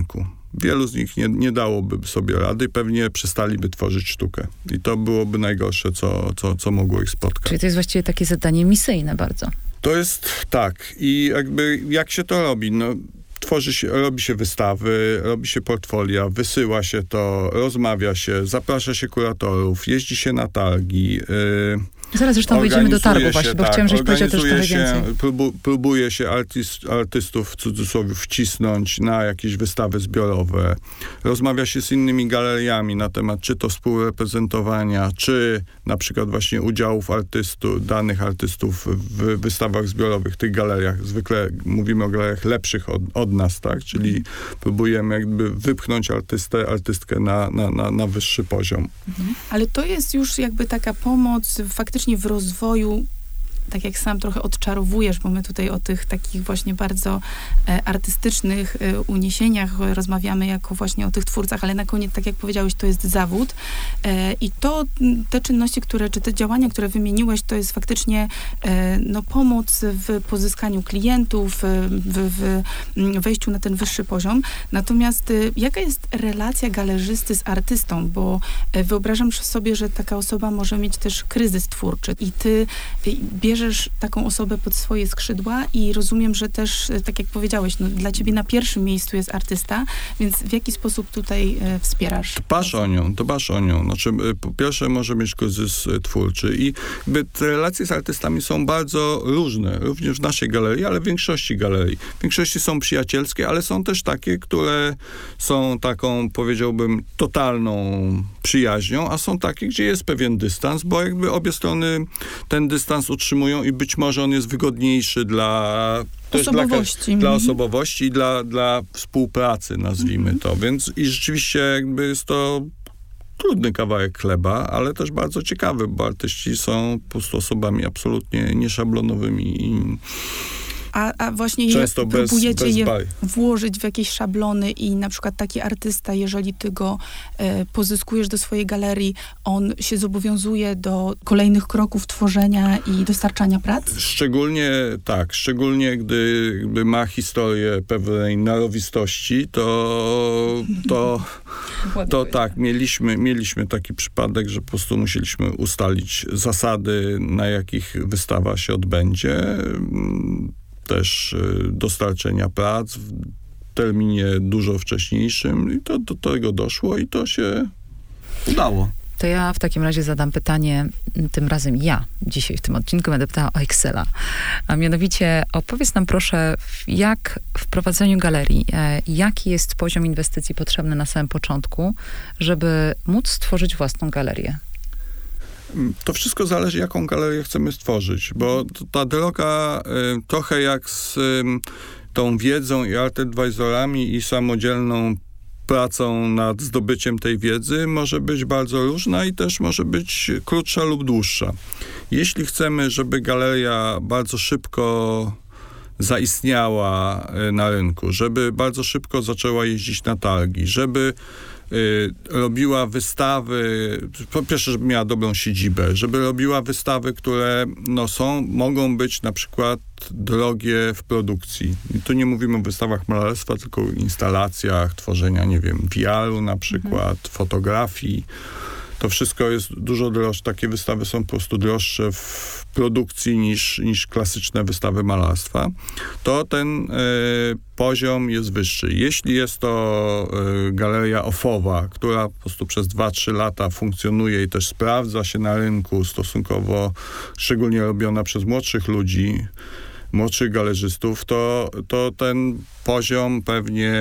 wielu z nich nie, nie dałoby sobie rady, pewnie przestaliby tworzyć sztukę. I to byłoby najgorsze, co, co, co mogło ich spotkać. Czyli to jest właściwie takie zadanie misyjne bardzo. To jest tak. I jakby jak się to robi? No, tworzy się, robi się wystawy, robi się portfolia, wysyła się to, rozmawia się, zaprasza się kuratorów, jeździ się na targi. Yy, Zaraz zresztą wejdziemy do targu właśnie, bo tak, chciałam, żebyś powiedział też trochę się, więcej. Próbu, próbuje się artyst, artystów w cudzysłowie wcisnąć na jakieś wystawy zbiorowe. Rozmawia się z innymi galeriami na temat czy to współreprezentowania, czy na przykład właśnie udziałów artystów, danych artystów w wystawach zbiorowych, tych galeriach. Zwykle mówimy o galeriach lepszych od, od nas, tak? Czyli mhm. próbujemy jakby wypchnąć artystę, artystkę na, na, na, na wyższy poziom. Mhm. Ale to jest już jakby taka pomoc faktycznie w rozwoju, tak jak sam trochę odczarowujesz, bo my tutaj o tych takich właśnie bardzo e, artystycznych e, uniesieniach rozmawiamy jako właśnie o tych twórcach, ale na koniec, tak jak powiedziałeś, to jest zawód. E, I to, te czynności, które, czy te działania, które wymieniłeś, to jest faktycznie e, no, pomoc w pozyskaniu klientów, w, w, w wejściu na ten wyższy poziom. Natomiast e, jaka jest relacja galerzysty z artystą? Bo e, wyobrażam sobie, że taka osoba może mieć też kryzys twórczy i ty e, bierzesz taką osobę pod swoje skrzydła i rozumiem, że też, tak jak powiedziałeś, no, dla ciebie na pierwszym miejscu jest artysta, więc w jaki sposób tutaj e, wspierasz? Dbasz o nią, dbasz o nią. Znaczy, po pierwsze może mieć kryzys twórczy i jakby te relacje z artystami są bardzo różne, również w naszej galerii, ale w większości galerii. W większości są przyjacielskie, ale są też takie, które są taką, powiedziałbym, totalną przyjaźnią, a są takie, gdzie jest pewien dystans, bo jakby obie strony ten dystans utrzymują i być może on jest wygodniejszy dla osobowości, dla, dla osobowości i dla, dla współpracy, nazwijmy mm-hmm. to. Więc i rzeczywiście jakby jest to trudny kawałek chleba, ale też bardzo ciekawy, bo artyści są po prostu osobami absolutnie nieszablonowymi i A, a właśnie często je, bez, próbujecie bez je baj. włożyć w jakieś szablony i na przykład taki artysta, jeżeli ty go e, pozyskujesz do swojej galerii, on się zobowiązuje do kolejnych kroków tworzenia i dostarczania prac? Szczególnie tak, szczególnie gdy, gdy ma historię pewnej narowistości, to, to, to tak, mieliśmy, mieliśmy taki przypadek, że po prostu musieliśmy ustalić zasady, na jakich wystawa się odbędzie. Też dostarczenia prac w terminie dużo wcześniejszym i to do tego doszło i to się udało. To ja w takim razie zadam pytanie, tym razem ja dzisiaj w tym odcinku będę pytała o Excela. A mianowicie opowiedz nam proszę, jak w prowadzeniu galerii, jaki jest poziom inwestycji potrzebny na samym początku, żeby móc stworzyć własną galerię? To wszystko zależy, jaką galerię chcemy stworzyć, bo ta droga y, trochę jak z y, tą wiedzą i art advisorami i samodzielną pracą nad zdobyciem tej wiedzy może być bardzo różna i też może być krótsza lub dłuższa. Jeśli chcemy, żeby galeria bardzo szybko zaistniała y, na rynku, żeby bardzo szybko zaczęła jeździć na targi, żeby Y, robiła wystawy, po pierwsze, żeby miała dobrą siedzibę, żeby robiła wystawy, które no, są, mogą być na przykład drogie w produkcji. I tu nie mówimy o wystawach malarstwa, tylko o instalacjach, tworzenia, nie wiem, V R-u na przykład, mhm. fotografii. To wszystko jest dużo droższe. Takie wystawy są po prostu droższe w produkcji niż, niż klasyczne wystawy malarstwa. To ten y, poziom jest wyższy. Jeśli jest to y, galeria ofowa, która po prostu przez dwa trzy lata funkcjonuje i też sprawdza się na rynku stosunkowo, szczególnie robiona przez młodszych ludzi, młodszych galerzystów, to, to ten poziom pewnie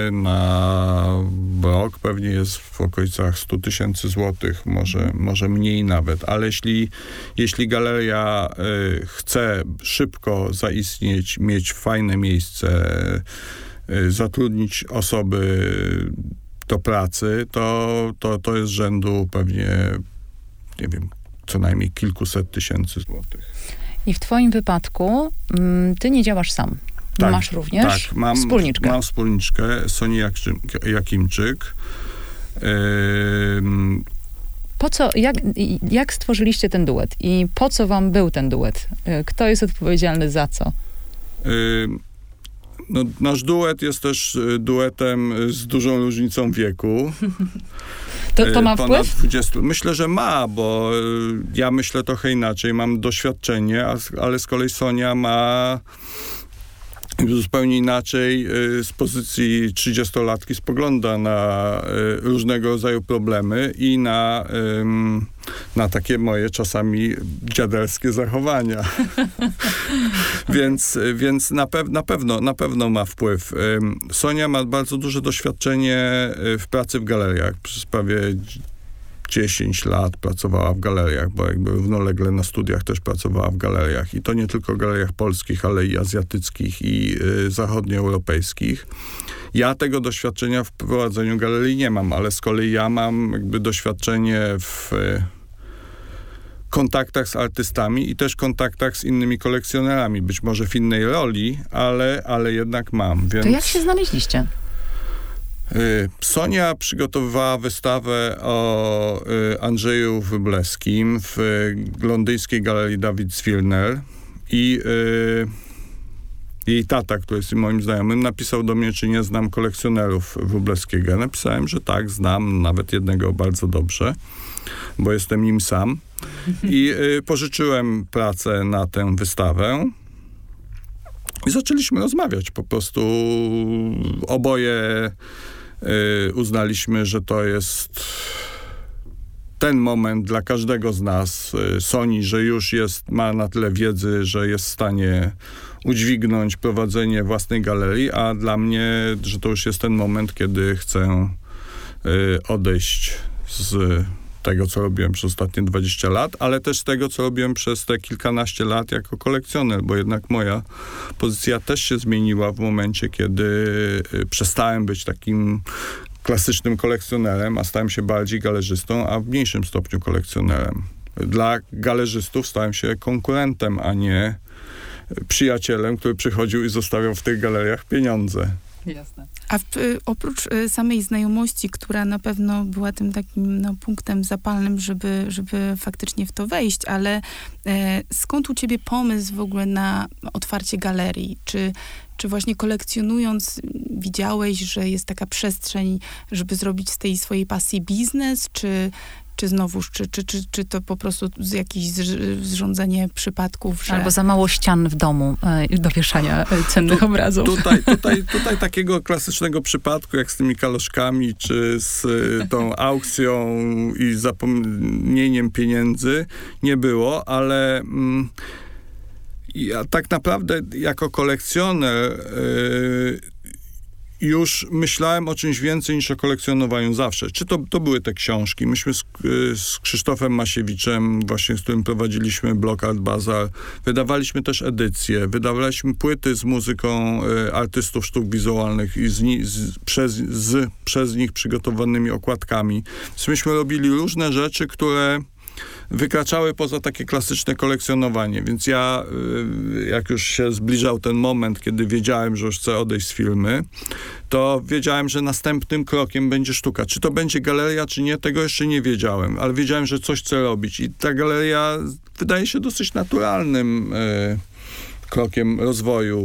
na rok pewnie jest w okolicach stu tysięcy złotych, może, może mniej nawet, ale jeśli, jeśli galeria y, chce szybko zaistnieć, mieć fajne miejsce, y, zatrudnić osoby do pracy, to, to, to jest rzędu pewnie, nie wiem, co najmniej kilkuset tysięcy złotych. I w twoim wypadku m, ty nie działasz sam. Tak, Masz również tak, mam, wspólniczkę. Mam wspólniczkę, Sonię Jakimczyk. Ym... Po co, jak, jak stworzyliście ten duet? I po co wam był ten duet? Kto jest odpowiedzialny za co? Ym... No, nasz duet jest też duetem z dużą różnicą wieku. To, to ma Ponad wpływ? dwudziestu. Myślę, że ma, bo ja myślę trochę inaczej. Mam doświadczenie, ale z kolei Sonia ma zupełnie inaczej z pozycji trzydziestolatki spogląda na różnego rodzaju problemy i na, na takie moje czasami dziaderskie zachowania. więc więc na, pew, na, pewno, na pewno ma wpływ. Sonia ma bardzo duże doświadczenie w pracy w galeriach. Przez prawie dziesięć lat pracowała w galeriach, bo jakby równolegle na studiach też pracowała w galeriach. I to nie tylko galeriach polskich, ale i azjatyckich i y, zachodnioeuropejskich. Ja tego doświadczenia w prowadzeniu galerii nie mam, ale z kolei ja mam jakby doświadczenie w y, kontaktach z artystami i też kontaktach z innymi kolekcjonerami. Być może w innej roli, ale, ale jednak mam. Więc... To jak się znaleźliście? Sonia przygotowywała wystawę o Andrzeju Wróblewskim w londyńskiej galerii David Zwirner i jej tata, który jest moim znajomym, napisał do mnie, czy nie znam kolekcjonerów Wróblewskiego. Ja napisałem, że tak, znam nawet jednego bardzo dobrze, bo jestem nim sam. I pożyczyłem pracę na tę wystawę. I zaczęliśmy rozmawiać. Po prostu oboje y, uznaliśmy, że to jest ten moment dla każdego z nas. Y, Soni, że już jest, ma na tyle wiedzy, że jest w stanie udźwignąć prowadzenie własnej galerii, a dla mnie, że to już jest ten moment, kiedy chcę y, odejść z tego, co robiłem przez ostatnie dwadzieścia lat, ale też z tego, co robiłem przez te kilkanaście lat jako kolekcjoner, bo jednak moja pozycja też się zmieniła w momencie, kiedy przestałem być takim klasycznym kolekcjonerem, a stałem się bardziej galerzystą, a w mniejszym stopniu kolekcjonerem. Dla galerzystów stałem się konkurentem, a nie przyjacielem, który przychodził i zostawiał w tych galeriach pieniądze. Jasne. A w, y, oprócz y, samej znajomości, która na pewno była tym takim no, punktem zapalnym, żeby, żeby faktycznie w to wejść, ale y, skąd u ciebie pomysł w ogóle na otwarcie galerii? Czy, czy właśnie kolekcjonując widziałeś, że jest taka przestrzeń, żeby zrobić z tej swojej pasji biznes, czy Czy znowuż, czy, czy, czy, czy to po prostu z jakieś zrządzenie przypadków, że... Albo za mało ścian w domu y, do wieszania y, cennych tu, obrazów. Tutaj, tutaj, tutaj takiego klasycznego przypadku, jak z tymi kaloszkami, czy z y, tą aukcją i zapomnieniem pieniędzy nie było, ale mm, ja tak naprawdę jako kolekcjoner y, już myślałem o czymś więcej niż o kolekcjonowaniu zawsze. Czy to, to były te książki? Myśmy z, z Krzysztofem Masiewiczem, właśnie z którym prowadziliśmy Block Art Bazaar, wydawaliśmy też edycje, wydawaliśmy płyty z muzyką y, artystów sztuk wizualnych i z, z, przez, z przez nich przygotowanymi okładkami. Więc myśmy robili różne rzeczy, które wykraczały poza takie klasyczne kolekcjonowanie, więc ja, jak już się zbliżał ten moment, kiedy wiedziałem, że już chcę odejść z firmy, to wiedziałem, że następnym krokiem będzie sztuka. Czy to będzie galeria, czy nie, tego jeszcze nie wiedziałem, ale wiedziałem, że coś chcę robić i ta galeria wydaje się dosyć naturalnym y, krokiem rozwoju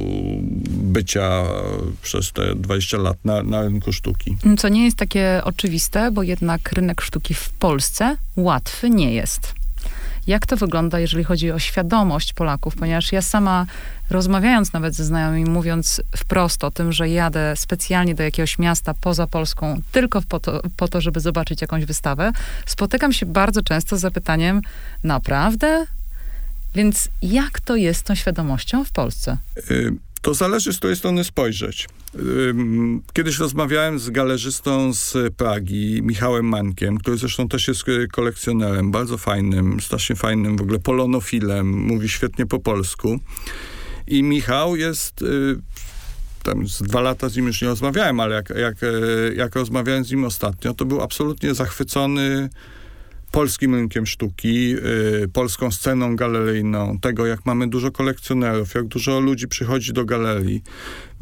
bycia przez te dwadzieścia lat na, na rynku sztuki. Co nie jest takie oczywiste, bo jednak rynek sztuki w Polsce łatwy nie jest. Jak to wygląda, jeżeli chodzi o świadomość Polaków? Ponieważ ja sama, rozmawiając nawet ze znajomymi, mówiąc wprost o tym, że jadę specjalnie do jakiegoś miasta poza Polską tylko po to, po to żeby zobaczyć jakąś wystawę, spotykam się bardzo często z zapytaniem, naprawdę? Więc jak to jest z tą świadomością w Polsce? To zależy, z której strony spojrzeć. Kiedyś rozmawiałem z galerzystą z Pragi, Michałem Mańkiem, który zresztą też jest kolekcjonerem, bardzo fajnym, strasznie fajnym, w ogóle polonofilem, mówi świetnie po polsku. I Michał jest... Tam z dwa lata z nim już nie rozmawiałem, ale jak, jak, jak rozmawiałem z nim ostatnio, to był absolutnie zachwycony polskim rynkiem sztuki, y, polską sceną galeryjną, tego jak mamy dużo kolekcjonerów, jak dużo ludzi przychodzi do galerii.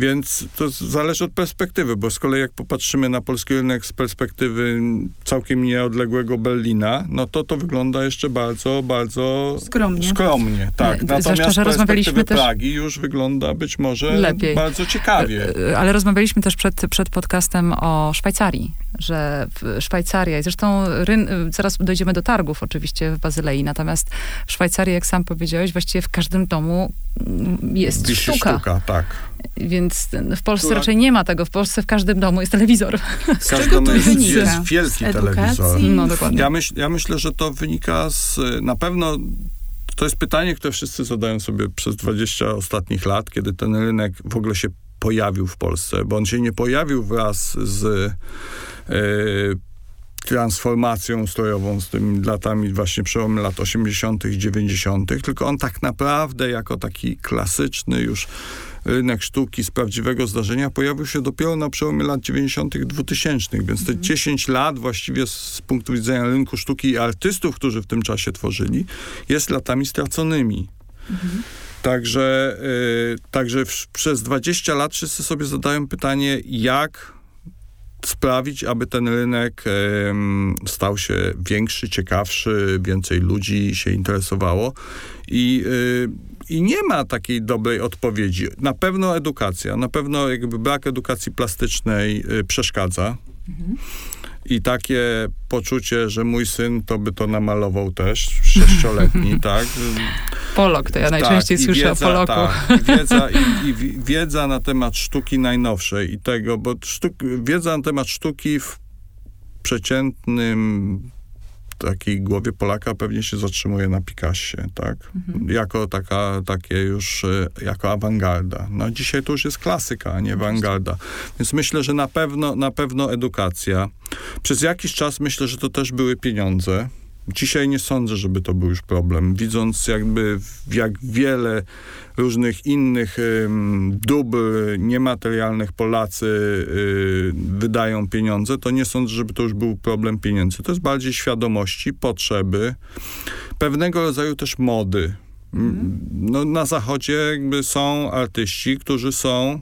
Więc to zależy od perspektywy, bo z kolei jak popatrzymy na polski rynek z perspektywy całkiem nieodległego Berlina, no to to wygląda jeszcze bardzo, bardzo skromnie. skromnie tak. Natomiast Zwłaszcza, że z rozmawialiśmy perspektywy też Pragi już wygląda być może lepiej. bardzo ciekawie. Ale rozmawialiśmy też przed, przed podcastem o Szwajcarii, że Szwajcaria, i zresztą ryn, zaraz dojdziemy do targów oczywiście w Bazylei, natomiast w Szwajcarii, jak sam powiedziałeś, właściwie w każdym domu jest Wisi sztuka. sztuka, tak. Więc w Polsce Która... raczej nie ma tego. W Polsce w każdym domu jest telewizor. Z czego to jest, wynika? jest wielki z telewizor. No dokładnie. Ja, myśl, ja myślę, że to wynika z, na pewno, to jest pytanie, które wszyscy zadają sobie przez dwadzieścia ostatnich lat, kiedy ten rynek w ogóle się pojawił w Polsce, bo on się nie pojawił wraz z e, transformacją ustrojową, z tymi latami, właśnie przełomem lat osiemdziesiątych i dziewięćdziesiątych, tylko on tak naprawdę jako taki klasyczny już rynek sztuki z prawdziwego zdarzenia pojawił się dopiero na przełomie lat dziewięćdziesiątych, dwutysięcznych, więc te dziesięć lat właściwie z punktu widzenia rynku sztuki i artystów, którzy w tym czasie tworzyli, jest latami straconymi. Mhm. Także, y, także w, przez dwadzieścia lat wszyscy sobie zadają pytanie, jak sprawić, aby ten rynek y, stał się większy, ciekawszy, więcej ludzi się interesowało. I, y, i nie ma takiej dobrej odpowiedzi. Na pewno edukacja, na pewno jakby brak edukacji plastycznej y, przeszkadza. Mhm. I takie poczucie, że mój syn to by to namalował też, sześcioletni, tak? Polok, to ja najczęściej tak, słyszę wiedza, o Poloku. Tak, i wiedza, i, i wiedza na temat sztuki najnowszej i tego, bo sztuk, wiedza na temat sztuki w przeciętnym takiej głowie Polaka pewnie się zatrzymuje na Picassie, tak? Mhm. Jako taka, takie już, jako awangarda. No dzisiaj to już jest klasyka, a nie awangarda. Więc myślę, że na pewno, na pewno edukacja. Przez jakiś czas myślę, że to też były pieniądze. Dzisiaj nie sądzę, żeby to był już problem. Widząc jakby jak wiele różnych innych ym, dóbr niematerialnych Polacy y, wydają pieniądze, to nie sądzę, żeby to już był problem pieniędzy. To jest bardziej świadomości, potrzeby, pewnego rodzaju też mody. Mm. No, na Zachodzie jakby są artyści, którzy są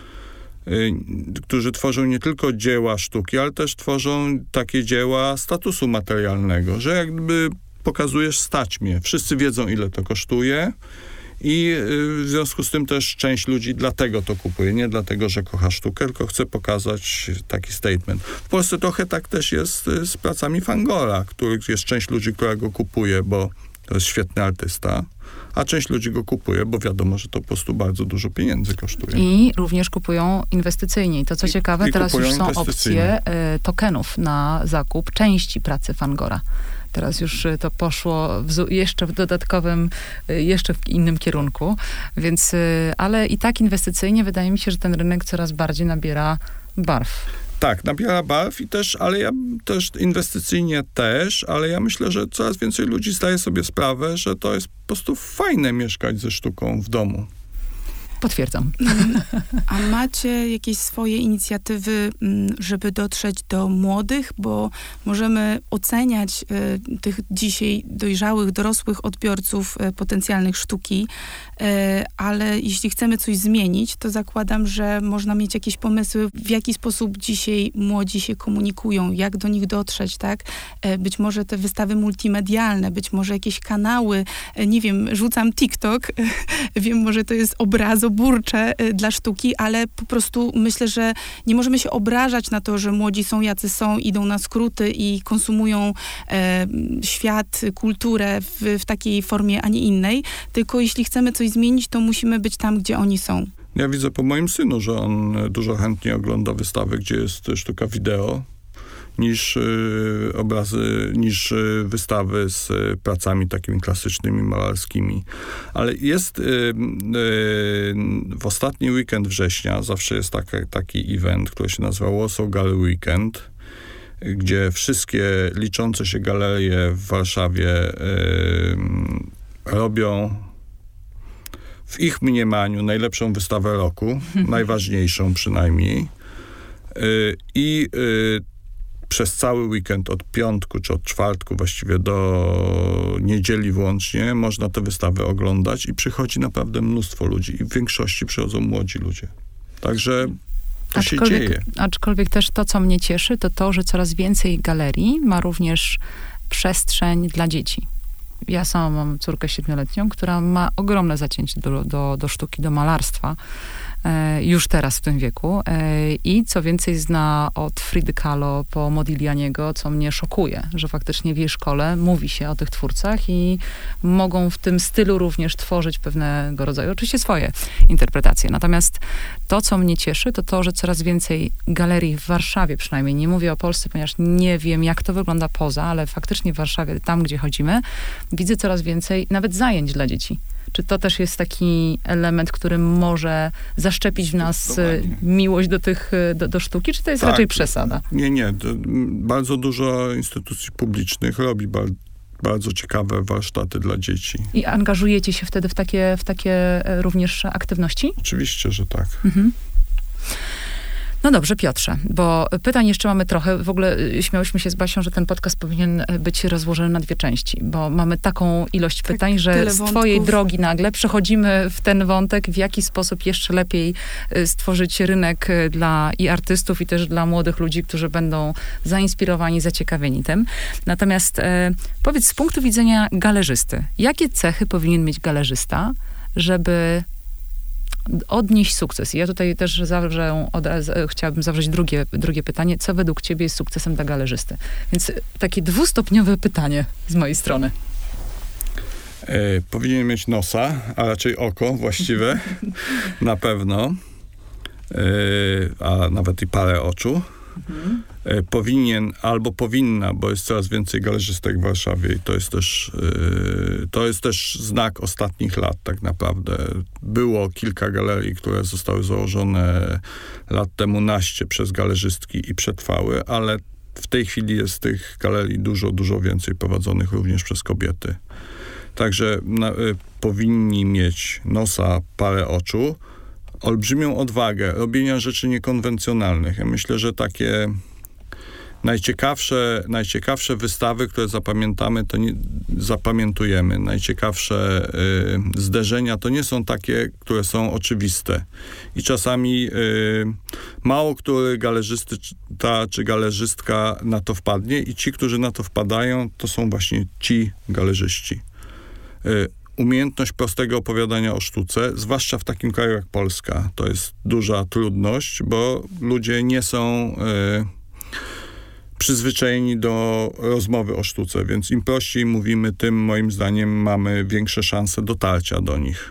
którzy tworzą nie tylko dzieła sztuki, ale też tworzą takie dzieła statusu materialnego, że jakby pokazujesz stać mnie. Wszyscy wiedzą, ile to kosztuje i w związku z tym też część ludzi dlatego to kupuje. Nie dlatego, że kocha sztukę, tylko chce pokazać taki statement. W Polsce trochę tak też jest z pracami Van Gogha, których jest część ludzi, która go kupuje, bo to jest świetny artysta, a część ludzi go kupuje, bo wiadomo, że to po prostu bardzo dużo pieniędzy kosztuje. I również kupują inwestycyjnie. I to, co I, ciekawe, i teraz już są opcje y, tokenów na zakup części pracy Van Gogha. Teraz już to poszło w, jeszcze w dodatkowym, jeszcze w innym kierunku. Więc, ale i tak inwestycyjnie wydaje mi się, że ten rynek coraz bardziej nabiera barw. Tak, nabiera barw i też, ale ja też inwestycyjnie też, ale ja myślę, że coraz więcej ludzi zdaje sobie sprawę, że to jest po prostu fajne mieszkać ze sztuką w domu. Potwierdzam. A macie jakieś swoje inicjatywy, żeby dotrzeć do młodych, bo możemy oceniać y, tych dzisiaj dojrzałych, dorosłych odbiorców y, potencjalnych sztuki, y, ale jeśli chcemy coś zmienić, to zakładam, że można mieć jakieś pomysły, w jaki sposób dzisiaj młodzi się komunikują, jak do nich dotrzeć, tak? Y, być może te wystawy multimedialne, być może jakieś kanały, y, nie wiem, rzucam TikTok, y, wiem, może to jest obrazoburcze dla sztuki, ale po prostu myślę, że nie możemy się obrażać na to, że młodzi są jacy są, idą na skróty i konsumują e, świat, kulturę w, w takiej formie, a nie innej. Tylko jeśli chcemy coś zmienić, to musimy być tam, gdzie oni są. Ja widzę po moim synu, że on dużo chętniej ogląda wystawy, gdzie jest sztuka wideo, niż y, obrazy, niż y, wystawy z y, pracami takimi klasycznymi, malarskimi. Ale jest y, y, w ostatni weekend września, zawsze jest taka, taki event, który się nazywa Warsaw Gallery Weekend, gdzie wszystkie liczące się galerie w Warszawie y, robią w ich mniemaniu najlepszą wystawę roku, najważniejszą przynajmniej. Y, I y, przez cały weekend, od piątku czy od czwartku właściwie do niedzieli włącznie, można tę wystawę oglądać i przychodzi naprawdę mnóstwo ludzi. I w większości przychodzą młodzi ludzie. Także to aczkolwiek, się dzieje. Aczkolwiek też to, co mnie cieszy, to to, że coraz więcej galerii ma również przestrzeń dla dzieci. Ja sama mam córkę siedmioletnią, która ma ogromne zacięcie do, do, do sztuki, do malarstwa. Już teraz w tym wieku. I co więcej zna od Fridy Kahlo po Modiglianiego, co mnie szokuje, że faktycznie w jej szkole mówi się o tych twórcach i mogą w tym stylu również tworzyć pewnego rodzaju, oczywiście swoje interpretacje. Natomiast to, co mnie cieszy, to to, że coraz więcej galerii w Warszawie przynajmniej, nie mówię o Polsce, ponieważ nie wiem, jak to wygląda poza, ale faktycznie w Warszawie, tam, gdzie chodzimy, widzę coraz więcej nawet zajęć dla dzieci. Czy to też jest taki element, który może zaszczepić w nas miłość do tych, do, do sztuki, czy to jest tak, raczej przesada? Nie, nie. Bardzo dużo instytucji publicznych robi ba- bardzo ciekawe warsztaty dla dzieci. I angażujecie się wtedy w takie, w takie również aktywności? Oczywiście, że tak. Mhm. No dobrze, Piotrze, bo pytań jeszcze mamy trochę. W ogóle śmiałyśmy się z Basią, że ten podcast powinien być rozłożony na dwie części, bo mamy taką ilość tak, pytań, że z twojej drogi nagle przechodzimy w ten wątek, w jaki sposób jeszcze lepiej stworzyć rynek dla i artystów, i też dla młodych ludzi, którzy będą zainspirowani, zaciekawieni tym. Natomiast e, powiedz z punktu widzenia galerzysty, jakie cechy powinien mieć galerzysta, żeby odnieść sukces? I ja tutaj też zawrze, od razu, chciałabym zawrzeć drugie, drugie pytanie. Co według ciebie jest sukcesem dla galerzysty? Więc takie dwustopniowe pytanie z mojej strony. E, powinien mieć nosa, a raczej oko właściwe. Na pewno. E, a nawet i parę oczu. Mhm. E, powinien albo powinna, bo jest coraz więcej galerzystek w Warszawie i to jest też e, to jest też znak ostatnich lat tak naprawdę. Było kilka galerii, które zostały założone lat temu naście przez galerzystki i przetrwały, ale w tej chwili jest tych galerii dużo, dużo więcej prowadzonych również przez kobiety. Także na, e, powinni mieć nosa, parę oczu, olbrzymią odwagę robienia rzeczy niekonwencjonalnych. Ja myślę, że takie najciekawsze, najciekawsze wystawy, które zapamiętamy, to nie, zapamiętujemy. Najciekawsze y, zderzenia to nie są takie, które są oczywiste. I czasami y, mało który galerzysta czy galerzystka na to wpadnie i ci, którzy na to wpadają, to są właśnie ci galerzyści. Y, Umiejętność prostego opowiadania o sztuce, zwłaszcza w takim kraju jak Polska, to jest duża trudność, bo ludzie nie są y, przyzwyczajeni do rozmowy o sztuce, więc im prościej mówimy, tym moim zdaniem mamy większe szanse dotarcia do nich.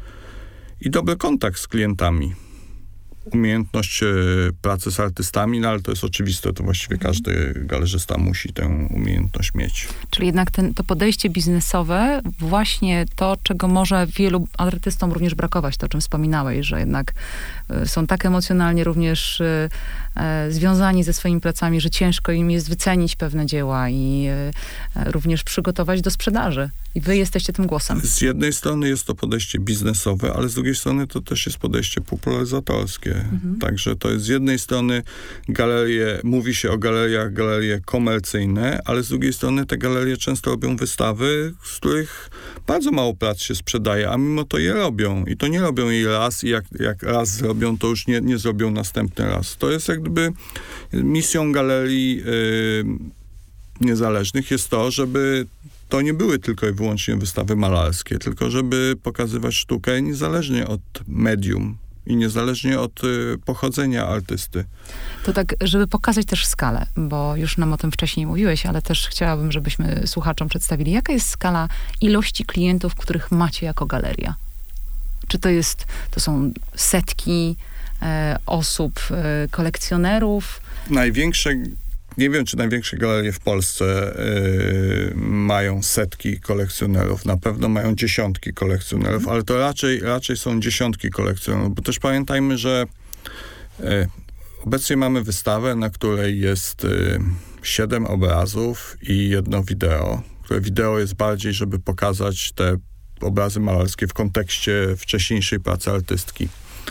I dobry kontakt z klientami. Umiejętność y, pracy z artystami, no ale to jest oczywiste, to właściwie każdy galerzysta musi tę umiejętność mieć. Czyli jednak ten, to podejście biznesowe, właśnie to, czego może wielu artystom również brakować, to o czym wspominałeś, że jednak y, są tak emocjonalnie również y, y, związani ze swoimi pracami, że ciężko im jest wycenić pewne dzieła i y, również przygotować do sprzedaży. I wy jesteście tym głosem. Z jednej strony jest to podejście biznesowe, ale z drugiej strony to też jest podejście popularyzatorskie. Mhm. Także to jest z jednej strony galerie, mówi się o galeriach, galerie komercyjne, ale z drugiej strony te galerie często robią wystawy, z których bardzo mało prac się sprzedaje, a mimo to je robią. I to nie robią jej raz i jak, jak raz zrobią, to już nie, nie zrobią następny raz. To jest jak gdyby misją galerii yy, niezależnych jest to, żeby to nie były tylko i wyłącznie wystawy malarskie, tylko żeby pokazywać sztukę niezależnie od medium i niezależnie od y, pochodzenia artysty. To tak, żeby pokazać też skalę, bo już nam o tym wcześniej mówiłeś, ale też chciałabym, żebyśmy słuchaczom przedstawili, jaka jest skala ilości klientów, których macie jako galeria? Czy to jest, to są setki e, osób, e, kolekcjonerów? Największe Nie wiem, czy największe galerie w Polsce y, mają setki kolekcjonerów. Na pewno mają dziesiątki kolekcjonerów, ale to raczej, raczej są dziesiątki kolekcjonerów, bo też pamiętajmy, że y, obecnie mamy wystawę, na której jest y, siedem obrazów i jedno wideo, które wideo jest bardziej, żeby pokazać te obrazy malarskie w kontekście wcześniejszej pracy artystki.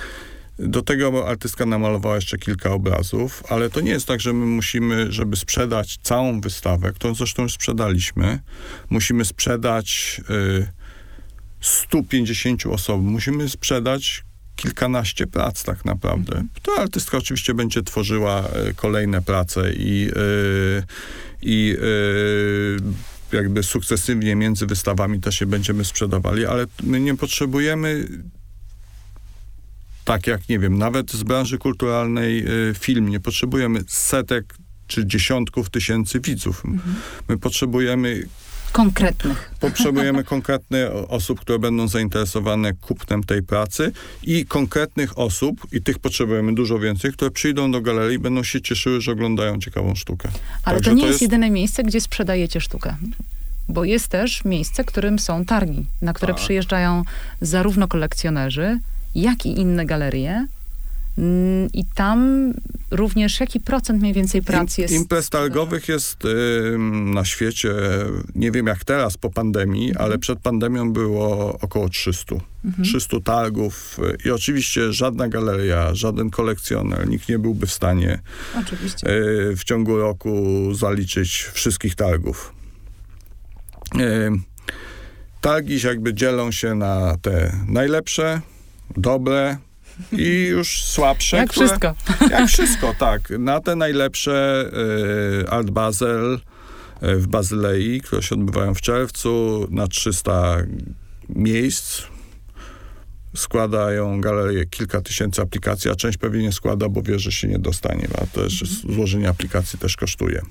Do tego artystka namalowała jeszcze kilka obrazów, ale to nie jest tak, że my musimy, żeby sprzedać całą wystawę, którą zresztą już sprzedaliśmy, musimy sprzedać y, stu pięćdziesięciu osobom. Musimy sprzedać kilkanaście prac tak naprawdę. Mhm. To artystka oczywiście będzie tworzyła y, kolejne prace i, y, i y, jakby sukcesywnie między wystawami też się będziemy sprzedawali, ale my nie potrzebujemy, tak jak, nie wiem, nawet z branży kulturalnej y, film, nie potrzebujemy setek czy dziesiątków tysięcy widzów. Mhm. My potrzebujemy konkretnych. Potrzebujemy konkretnych osób, które będą zainteresowane kupnem tej pracy i konkretnych osób, i tych potrzebujemy dużo więcej, które przyjdą do galerii i będą się cieszyły, że oglądają ciekawą sztukę. Ale Także to nie to jest jedyne miejsce, gdzie sprzedajecie sztukę. Bo jest też miejsce, którym są targi, na które tak. przyjeżdżają zarówno kolekcjonerzy, jak i inne galerie. I tam również jaki procent mniej więcej prac jest? Imprez targowych jest y, na świecie, nie wiem jak teraz po pandemii, mhm. ale przed pandemią było około trzysta. Mhm. trzysta targów i oczywiście żadna galeria, żaden kolekcjoner, nikt nie byłby w stanie oczywiście. Y, w ciągu roku zaliczyć wszystkich targów. Y, targi jakby dzielą się na te najlepsze, dobre, i już słabsze. Jak które, wszystko. Jak wszystko, tak. Na te najlepsze y, Art Basel y, w Bazylei, które się odbywają w czerwcu, na trzysta miejsc składają galerie kilka tysięcy aplikacji, a część pewnie nie składa, bo wie, że się nie dostanie, a też mm. złożenie aplikacji też kosztuje.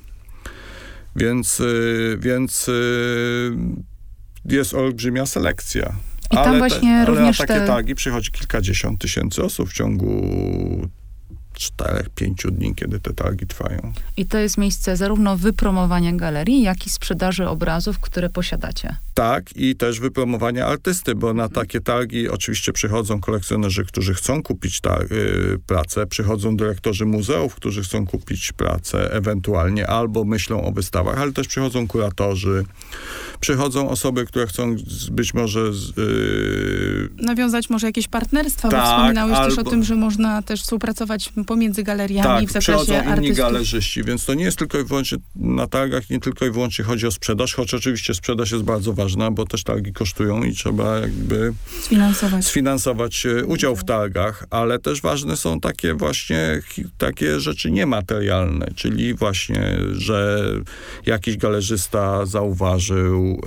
Więc, y, więc y, jest olbrzymia selekcja. I tam ale właśnie te, również ale na takie te... targi przychodzi kilkadziesiąt tysięcy osób w ciągu czterech, pięciu dni, kiedy te targi trwają. I to jest miejsce zarówno wypromowania galerii, jak i sprzedaży obrazów, które posiadacie. Tak, i też wypromowania artysty, bo na takie targi oczywiście przychodzą kolekcjonerzy, którzy chcą kupić ta, y, pracę, przychodzą dyrektorzy muzeów, którzy chcą kupić pracę ewentualnie, albo myślą o wystawach, ale też przychodzą kuratorzy, przychodzą osoby, które chcą z, być może... Z, y, nawiązać może jakieś partnerstwa, tak, bo wspominałeś albo, też o tym, że można też współpracować pomiędzy galeriami tak, w zakresie przychodzą inni artystów. galerzyści, więc to nie jest tylko i wyłącznie na targach, nie tylko i wyłącznie chodzi o sprzedaż, choć oczywiście sprzedaż jest bardzo ważna, bo też targi kosztują i trzeba jakby sfinansować, sfinansować udział w targach, ale też ważne są takie właśnie takie rzeczy niematerialne, czyli właśnie, że jakiś galerzysta zauważył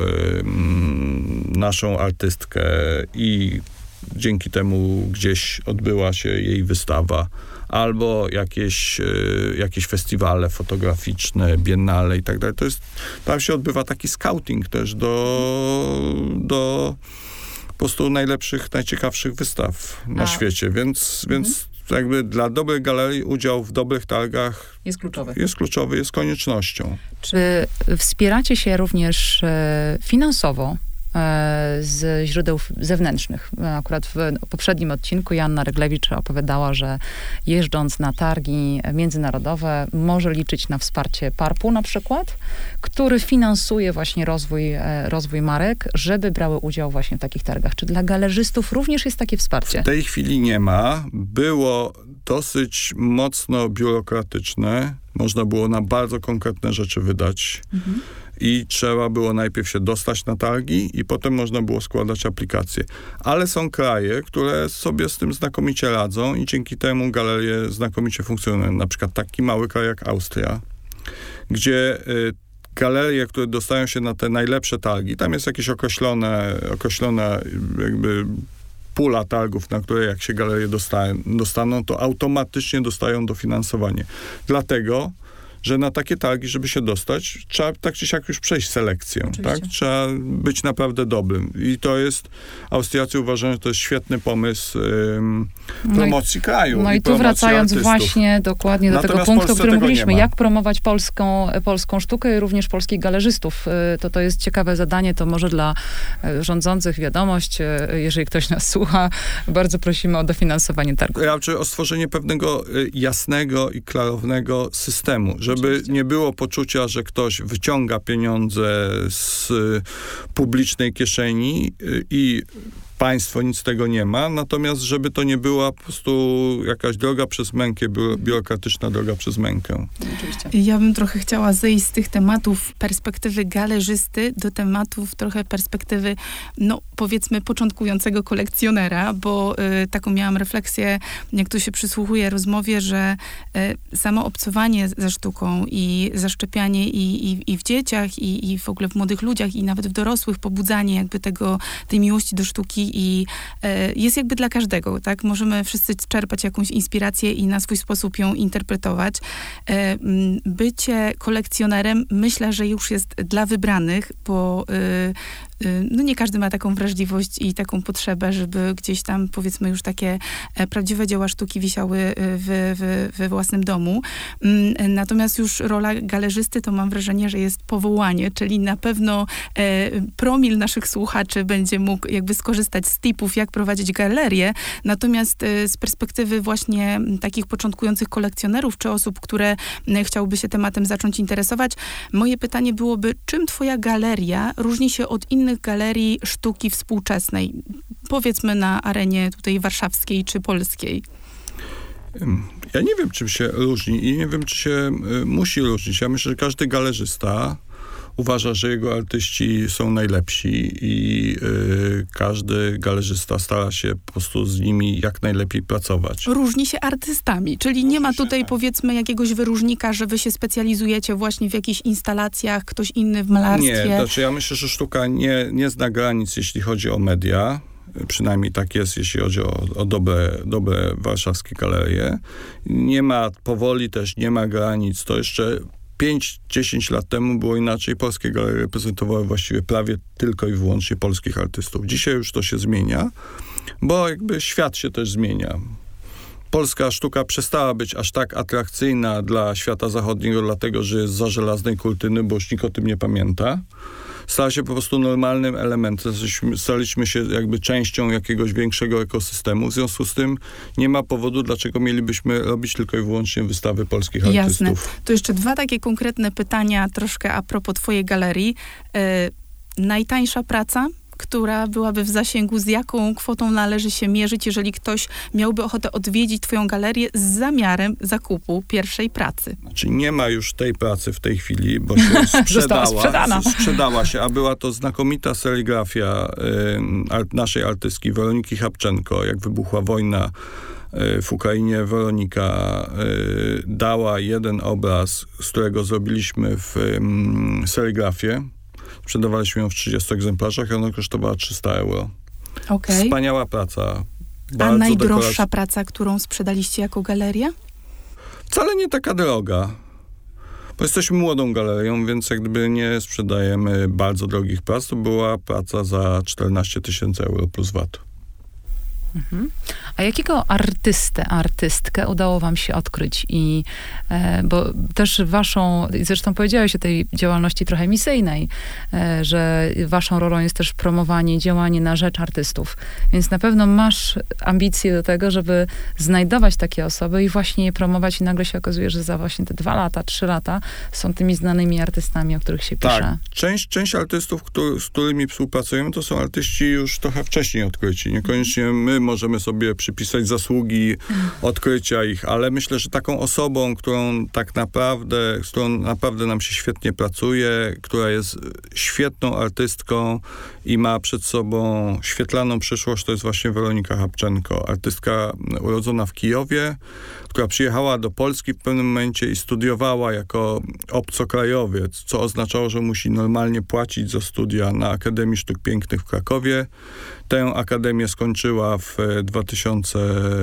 y, naszą artystkę i dzięki temu gdzieś odbyła się jej wystawa, albo jakieś, y, jakieś festiwale fotograficzne, biennale i tak dalej. To jest, tam się odbywa taki scouting też do, do po prostu najlepszych, najciekawszych wystaw na A. świecie, więc, mhm. więc jakby dla dobrych galerii udział w dobrych targach jest kluczowy. Jest kluczowy, jest koniecznością. Czy wspieracie się również e, finansowo z źródeł zewnętrznych. Akurat w poprzednim odcinku Joanna Ryglewicz opowiadała, że jeżdżąc na targi międzynarodowe może liczyć na wsparcie parpu na przykład, który finansuje właśnie rozwój, rozwój marek, żeby brały udział właśnie w takich targach. Czy dla galerzystów również jest takie wsparcie? W tej chwili nie ma. Było dosyć mocno biurokratyczne. Można było na bardzo konkretne rzeczy wydać. Mhm. I trzeba było najpierw się dostać na targi i potem można było składać aplikacje. Ale są kraje, które sobie z tym znakomicie radzą i dzięki temu galerie znakomicie funkcjonują. Na przykład taki mały kraj jak Austria, gdzie y, galerie, które dostają się na te najlepsze targi, tam jest jakieś określone, określone jakby pula targów, na które jak się galerie dostają, dostaną, to automatycznie dostają dofinansowanie. Dlatego że na takie targi, żeby się dostać, trzeba tak czy siak już przejść selekcję, tak? Trzeba być naprawdę dobrym. I to jest, Austriacy uważają, że to jest świetny pomysł ym, promocji no i, kraju. No i, i tu wracając artystów. właśnie dokładnie do Natomiast tego punktu, o którym mówiliśmy, jak promować polską, polską sztukę i również polskich galerzystów. To to jest ciekawe zadanie, to może dla rządzących wiadomość, jeżeli ktoś nas słucha, bardzo prosimy o dofinansowanie targów. Raczej o stworzenie pewnego jasnego i klarownego systemu, że żeby nie było poczucia, że ktoś wyciąga pieniądze z publicznej kieszeni i państwo nic z tego nie ma, natomiast żeby to nie była po prostu jakaś droga przez mękę, biurokratyczna droga przez mękę. Oczywiście. Ja bym trochę chciała zejść z tych tematów perspektywy galerzysty do tematów trochę perspektywy, no powiedzmy, początkującego kolekcjonera, bo y, taką miałam refleksję, jak tu się przysłuchuję rozmowie, że y, samo obcowanie ze sztuką i zaszczepianie i, i, i w dzieciach, i, i w ogóle w młodych ludziach, i nawet w dorosłych, pobudzanie jakby tego, tej miłości do sztuki i y, jest jakby dla każdego, tak? Możemy wszyscy czerpać jakąś inspirację i na swój sposób ją interpretować. Y, bycie kolekcjonerem myślę, że już jest dla wybranych, bo y, y, no nie każdy ma taką wrażliwość i taką potrzebę, żeby gdzieś tam, powiedzmy, już takie e, prawdziwe dzieła sztuki wisiały w, w, we własnym domu. Mm, natomiast już rola galerzysty, to mam wrażenie, że jest powołanie, czyli na pewno e, promil naszych słuchaczy będzie mógł jakby skorzystać z tipów, jak prowadzić galerię. Natomiast e, z perspektywy właśnie takich początkujących kolekcjonerów, czy osób, które e, chciałyby się tematem zacząć interesować, moje pytanie byłoby, czym twoja galeria różni się od innych galerii sztuki współczesnej? Powiedzmy na arenie tutaj warszawskiej czy polskiej. Ja nie wiem, czym się różni i nie wiem, czy się y, musi różnić. Ja myślę, że każdy galerzysta uważa, że jego artyści są najlepsi i y, każdy galerzysta stara się po prostu z nimi jak najlepiej pracować. Różni się artystami, czyli Różni nie ma tutaj się, powiedzmy jakiegoś wyróżnika, że wy się specjalizujecie właśnie w jakichś instalacjach, ktoś inny w malarstwie. Nie, znaczy ja myślę, że sztuka nie, nie zna granic, jeśli chodzi o media. Przynajmniej tak jest, jeśli chodzi o, o dobre, dobre warszawskie galerie. Nie ma, powoli też nie ma granic. To jeszcze pięć dziesięć lat temu było inaczej. Polskie galerie reprezentowały właściwie prawie tylko i wyłącznie polskich artystów. Dzisiaj już to się zmienia, bo jakby świat się też zmienia. Polska sztuka przestała być aż tak atrakcyjna dla świata zachodniego, dlatego że jest za żelaznej kurtyny, bo już nikt o tym nie pamięta. Stała się po prostu normalnym elementem. Staliśmy się jakby częścią jakiegoś większego ekosystemu. W związku z tym nie ma powodu, dlaczego mielibyśmy robić tylko i wyłącznie wystawy polskich artystów. Jasne. To jeszcze dwa takie konkretne pytania troszkę a propos twojej galerii. Yy, najtańsza praca, która byłaby w zasięgu, z jaką kwotą należy się mierzyć, jeżeli ktoś miałby ochotę odwiedzić twoją galerię z zamiarem zakupu pierwszej pracy? Znaczy nie ma już tej pracy w tej chwili, bo się sprzedała. sprzedana. Sprzedała się, a była to znakomita serigrafia y, art, naszej artystki Weroniki Chapczenko. Jak wybuchła wojna y, w Ukrainie, Weronika y, dała jeden obraz, z którego zrobiliśmy w y, serigrafię. Sprzedawaliśmy ją w trzydziestu egzemplarzach i ona kosztowała trzysta euro. Okay. Wspaniała praca. A najdroższa dekorac- praca, którą sprzedaliście jako galeria? Wcale nie taka droga. Bo jesteśmy młodą galerią, więc jak gdyby nie sprzedajemy bardzo drogich prac. To była praca za czternaście tysięcy euro plus V A T. Mhm. A jakiego artystę, artystkę udało wam się odkryć? I, e, bo też waszą, zresztą powiedziałeś o tej działalności trochę misyjnej, e, że waszą rolą jest też promowanie, działanie na rzecz artystów. Więc na pewno masz ambicje do tego, żeby znajdować takie osoby i właśnie je promować i nagle się okazuje, że za właśnie te dwa lata, trzy lata są tymi znanymi artystami, o których się pisze. Tak. Część, część artystów, który, z którymi współpracujemy, to są artyści już trochę wcześniej odkryci. Niekoniecznie my możemy sobie przypisać zasługi odkrycia ich, ale myślę, że taką osobą, którą tak naprawdę, z którą naprawdę nam się świetnie pracuje, która jest świetną artystką i ma przed sobą świetlaną przyszłość, to jest właśnie Weronika Chapczenko. Artystka urodzona w Kijowie, która przyjechała do Polski w pewnym momencie i studiowała jako obcokrajowiec, co oznaczało, że musi normalnie płacić za studia na Akademii Sztuk Pięknych w Krakowie. Tę akademię skończyła w dwa tysiące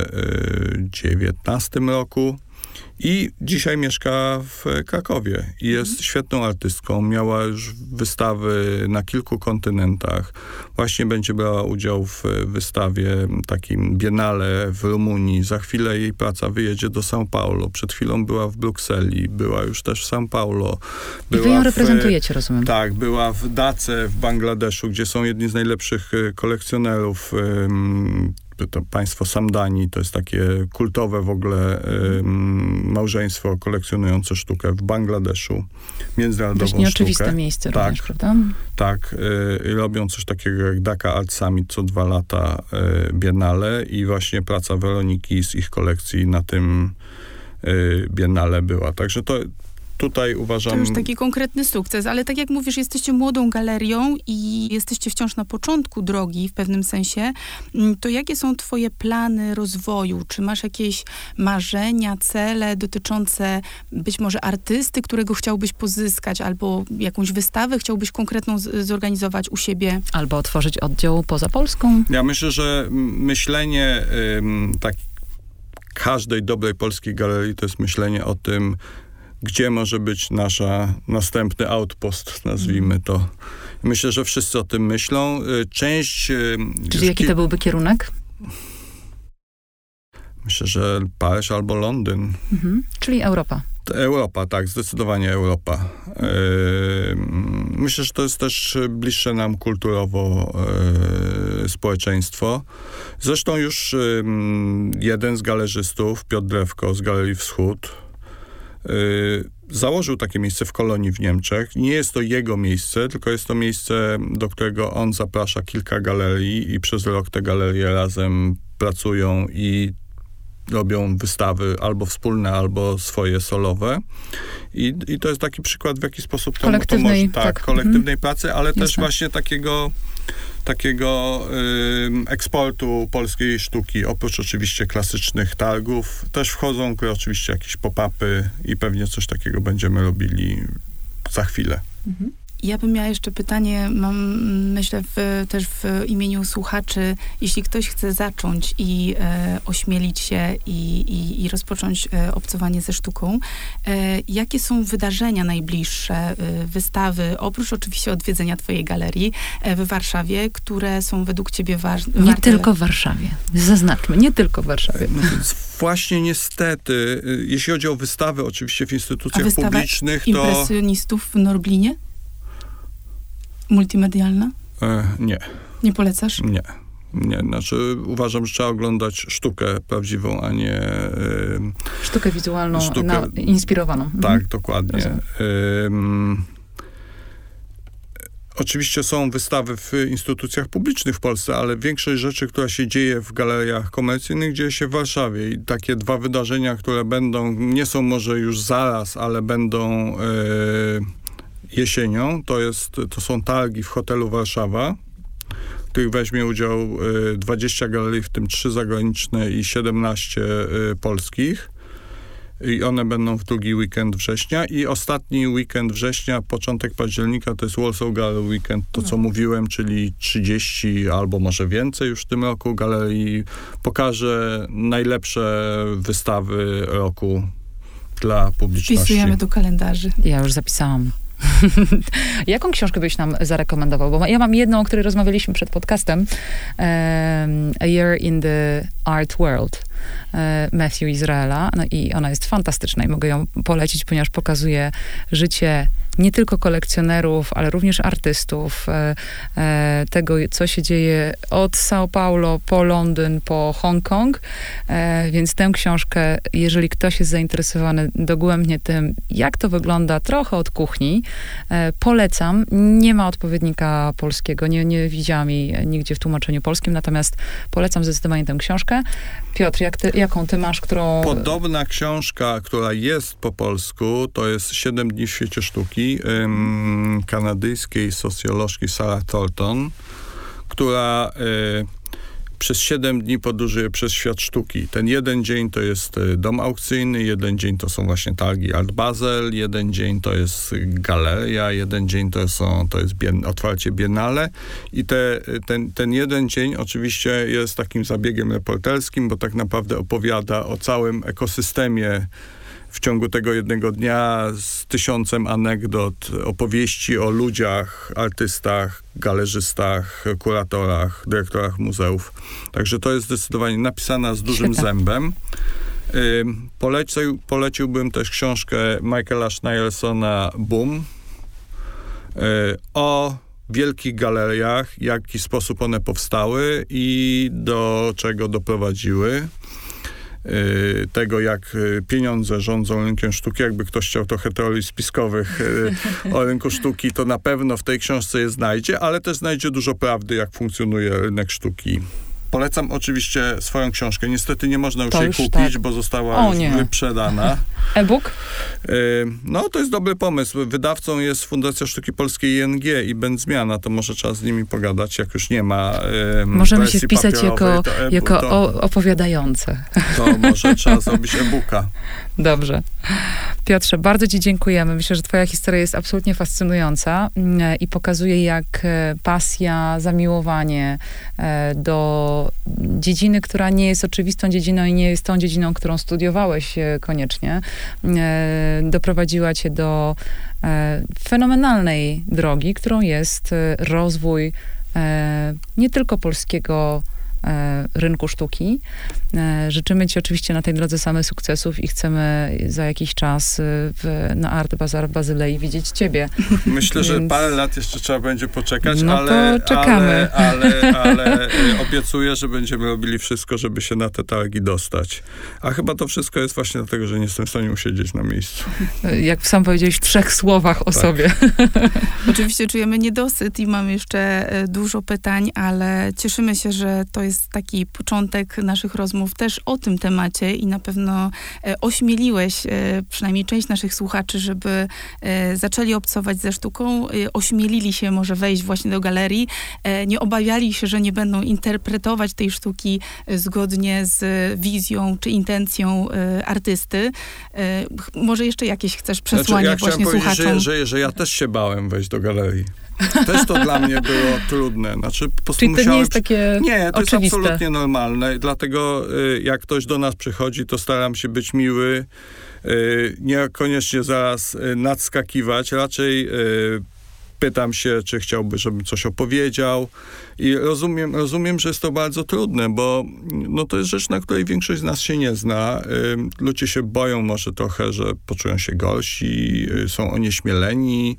dziewiętnastym roku i dzisiaj mieszka w Krakowie i jest mhm. świetną artystką. Miała już wystawy na kilku kontynentach. Właśnie będzie brała udział w wystawie takim biennale w Rumunii. Za chwilę jej praca wyjedzie do São Paulo. Przed chwilą była w Brukseli, była już też w São Paulo. Była I wy ją reprezentujecie, rozumiem. Tak, była w Dace w Bangladeszu, gdzie są jedni z najlepszych kolekcjonerów to państwo Samdani, to jest takie kultowe w ogóle y, małżeństwo kolekcjonujące sztukę w Bangladeszu, międzynarodową Dość nieoczywiste sztukę. miejsce tak, również, prawda? Tak, y, robią coś takiego jak Dhaka Art Summit co dwa lata y, Biennale i właśnie praca Weroniki z ich kolekcji na tym y, Biennale była. Także to tutaj uważam... To już taki konkretny sukces, ale tak jak mówisz, jesteście młodą galerią i jesteście wciąż na początku drogi w pewnym sensie, to jakie są twoje plany rozwoju? Czy masz jakieś marzenia, cele dotyczące być może artysty, którego chciałbyś pozyskać, albo jakąś wystawę chciałbyś konkretną z- zorganizować u siebie? Albo otworzyć oddział poza Polską? Ja myślę, że myślenie ym, tak każdej dobrej polskiej galerii to jest myślenie o tym, gdzie może być nasza następny outpost, nazwijmy to. Myślę, że wszyscy o tym myślą. Część... Czyli jaki to byłby kierunek? Myślę, że Paryż albo Londyn. Mhm. Czyli Europa. Europa, tak, zdecydowanie Europa. Myślę, że to jest też bliższe nam kulturowo społeczeństwo. Zresztą już jeden z galerzystów, Piotr Drewko z Galerii Wschód, założył takie miejsce w Kolonii w Niemczech. Nie jest to jego miejsce, tylko jest to miejsce, do którego on zaprasza kilka galerii i przez rok te galerie razem pracują i robią wystawy albo wspólne, albo swoje solowe. I, i to jest taki przykład, w jaki sposób to, kolektywnej, to może, tak, tak. kolektywnej mhm. pracy, ale Jasne. też właśnie takiego takiego y, eksportu polskiej sztuki. Oprócz oczywiście klasycznych targów też wchodzą oczywiście jakieś pop-upy i pewnie coś takiego będziemy robili za chwilę. Mhm. Ja bym miała jeszcze pytanie, mam, myślę, w, też w imieniu słuchaczy, jeśli ktoś chce zacząć i e, ośmielić się i, i, i rozpocząć e, obcowanie ze sztuką, e, jakie są wydarzenia najbliższe, e, wystawy, oprócz oczywiście odwiedzenia twojej galerii e, w Warszawie, które są według ciebie ważne? Nie tylko w Warszawie. Zaznaczmy, nie tylko w Warszawie. No więc właśnie niestety, jeśli chodzi o wystawy, oczywiście w instytucjach A publicznych, to... impresjonistów w Norblinie? Multimedialna? E, nie. Nie polecasz? Nie. Nie, znaczy uważam, że trzeba oglądać sztukę prawdziwą, a nie... E, sztukę wizualną, sztukę, na, inspirowaną. Tak, mhm. dokładnie. E, oczywiście są wystawy w instytucjach publicznych w Polsce, ale większość rzeczy, która się dzieje w galeriach komercyjnych, dzieje się w Warszawie. I takie dwa wydarzenia, które będą, nie są może już zaraz, ale będą... E, jesienią, to, jest, to są targi w hotelu Warszawa, w których weźmie udział y, dwadzieścia galerii, w tym trzy zagraniczne i siedemnaście y, polskich. I one będą w drugi weekend września. I ostatni weekend września, początek października, to jest Warsaw Gallery Weekend, to co mówiłem, czyli trzydzieści albo może więcej już w tym roku galerii. Pokażę najlepsze wystawy roku dla publiczności. Wpisujemy do kalendarzy. Ja już zapisałam. Jaką książkę byś nam zarekomendował? Bo ja mam jedną, o której rozmawialiśmy przed podcastem. Um, A Year in the Art World. Matthew Izraela. No i ona jest fantastyczna i mogę ją polecić, ponieważ pokazuje życie nie tylko kolekcjonerów, ale również artystów, e, e, tego, co się dzieje od São Paulo po Londyn, po Hongkong. E, więc tę książkę, jeżeli ktoś jest zainteresowany dogłębnie tym, jak to wygląda trochę od kuchni, e, polecam. Nie ma odpowiednika polskiego, nie, nie widziałam jej nigdzie w tłumaczeniu polskim, natomiast polecam zdecydowanie tę książkę. Piotr, jak ty, jaką ty masz, którą... Podobna książka, która jest po polsku, to jest Siedem dni w świecie sztuki ym, kanadyjskiej socjolożki Sarah Thornton, która y, przez siedem dni podróżuje przez świat sztuki. Ten jeden dzień to jest dom aukcyjny, jeden dzień to są właśnie targi Art Basel, jeden dzień to jest galeria, jeden dzień to, są, to jest bien, otwarcie Biennale i te, ten, ten jeden dzień oczywiście jest takim zabiegiem reporterskim, bo tak naprawdę opowiada o całym ekosystemie w ciągu tego jednego dnia z tysiącem anegdot, opowieści o ludziach, artystach, galerzystach, kuratorach, dyrektorach muzeów. Także to jest zdecydowanie napisana z dużym Świetne. zębem. Y, polecił, poleciłbym też książkę Michaela Schneiersona Boom y, o wielkich galeriach, w jaki sposób one powstały i do czego doprowadziły. Tego, jak pieniądze rządzą rynkiem sztuki. Jakby ktoś chciał trochę teorii spiskowych o rynku sztuki, to na pewno w tej książce je znajdzie, ale też znajdzie dużo prawdy, jak funkcjonuje rynek sztuki. Polecam oczywiście swoją książkę. Niestety nie można już to jej już kupić, tak. bo została o, już nie. wyprzedana. E-book? No, to jest dobry pomysł. Wydawcą jest Fundacja Sztuki Polskiej I N G i Będzmiana. To może trzeba z nimi pogadać, jak już nie ma um, Możemy się wpisać jako, to e jako to, o, opowiadające. To może trzeba zrobić e-booka. Dobrze. Piotrze, bardzo ci dziękujemy. Myślę, że twoja historia jest absolutnie fascynująca i pokazuje, jak pasja, zamiłowanie do dziedziny, która nie jest oczywistą dziedziną i nie jest tą dziedziną, którą studiowałeś koniecznie, doprowadziła cię do fenomenalnej drogi, którą jest rozwój nie tylko polskiego rynku sztuki. Życzymy ci oczywiście na tej drodze samych sukcesów i chcemy za jakiś czas w, na Art Bazar w Bazylei widzieć ciebie. Myślę, Więc... że parę lat jeszcze trzeba będzie poczekać, no ale, to czekamy. ale, ale, ale obiecuję, że będziemy robili wszystko, żeby się na te targi dostać. A chyba to wszystko jest właśnie dlatego, że nie jestem w stanie usiedzieć na miejscu. Jak sam powiedziałeś, w trzech słowach o tak. sobie. Oczywiście czujemy niedosyt i mamy jeszcze dużo pytań, ale cieszymy się, że to jest taki początek naszych rozmów też o tym temacie i na pewno ośmieliłeś przynajmniej część naszych słuchaczy, żeby zaczęli obcować ze sztuką, ośmielili się może wejść właśnie do galerii, nie obawiali się, że nie będą interpretować tej sztuki zgodnie z wizją czy intencją artysty. Może jeszcze jakieś chcesz przesłanie znaczy, ja właśnie słuchaczom? Że, że, że ja też się bałem wejść do galerii. Też to dla mnie było trudne. Znaczy, po prostu Czyli to musiałem... nie jest takie Nie, to oczywiste. jest absolutnie normalne. Dlatego jak ktoś do nas przychodzi, to staram się być miły. Niekoniecznie zaraz nadskakiwać. Raczej pytam się, czy chciałby, żebym coś opowiedział. I rozumiem, rozumiem, że jest to bardzo trudne, bo no, to jest rzecz, na której większość z nas się nie zna. Ludzie się boją może trochę, że poczują się gorsi, są onieśmieleni.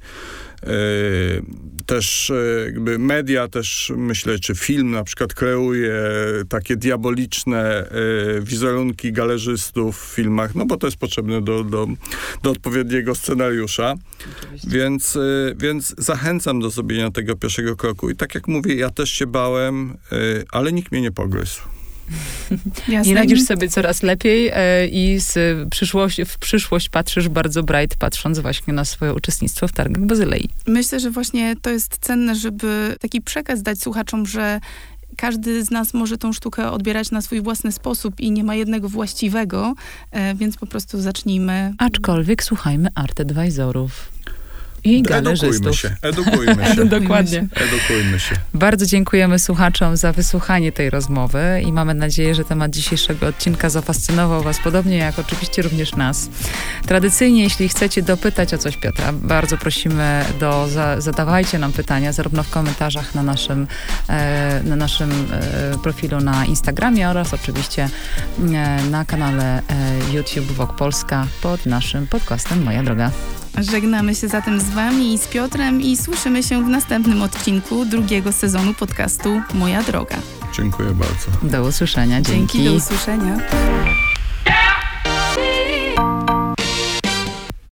Też jakby media też, myślę, czy film na przykład kreuje takie diaboliczne wizerunki galerzystów w filmach, no bo to jest potrzebne do, do, do odpowiedniego scenariusza. Więc, więc zachęcam do zrobienia tego pierwszego kroku. I tak jak mówię, ja też się bałem, ale nikt mnie nie pogryzł. Nie radzisz sobie coraz lepiej e, i z przyszłość, w przyszłość patrzysz bardzo bright, patrząc właśnie na swoje uczestnictwo w targach Bazylei. Myślę, że właśnie to jest cenne, żeby taki przekaz dać słuchaczom, że każdy z nas może tą sztukę odbierać na swój własny sposób i nie ma jednego właściwego, e, więc po prostu zacznijmy. Aczkolwiek słuchajmy art advisorów. I edukujmy się, edukujmy się. Dokładnie. Edukujmy się. Bardzo dziękujemy słuchaczom za wysłuchanie tej rozmowy i mamy nadzieję, że temat dzisiejszego odcinka zafascynował was podobnie jak oczywiście również nas. Tradycyjnie, jeśli chcecie dopytać o coś Piotra, bardzo prosimy, do, za, zadawajcie nam pytania, zarówno w komentarzach na naszym, e, na naszym e, profilu na Instagramie oraz oczywiście e, na kanale e, YouTube Vogue Polska pod naszym podcastem Moja Droga. Żegnamy się zatem z wami i z Piotrem i słyszymy się w następnym odcinku drugiego sezonu podcastu Moja Droga. Dziękuję bardzo. Do usłyszenia. Dzięki, Dzięki. do usłyszenia.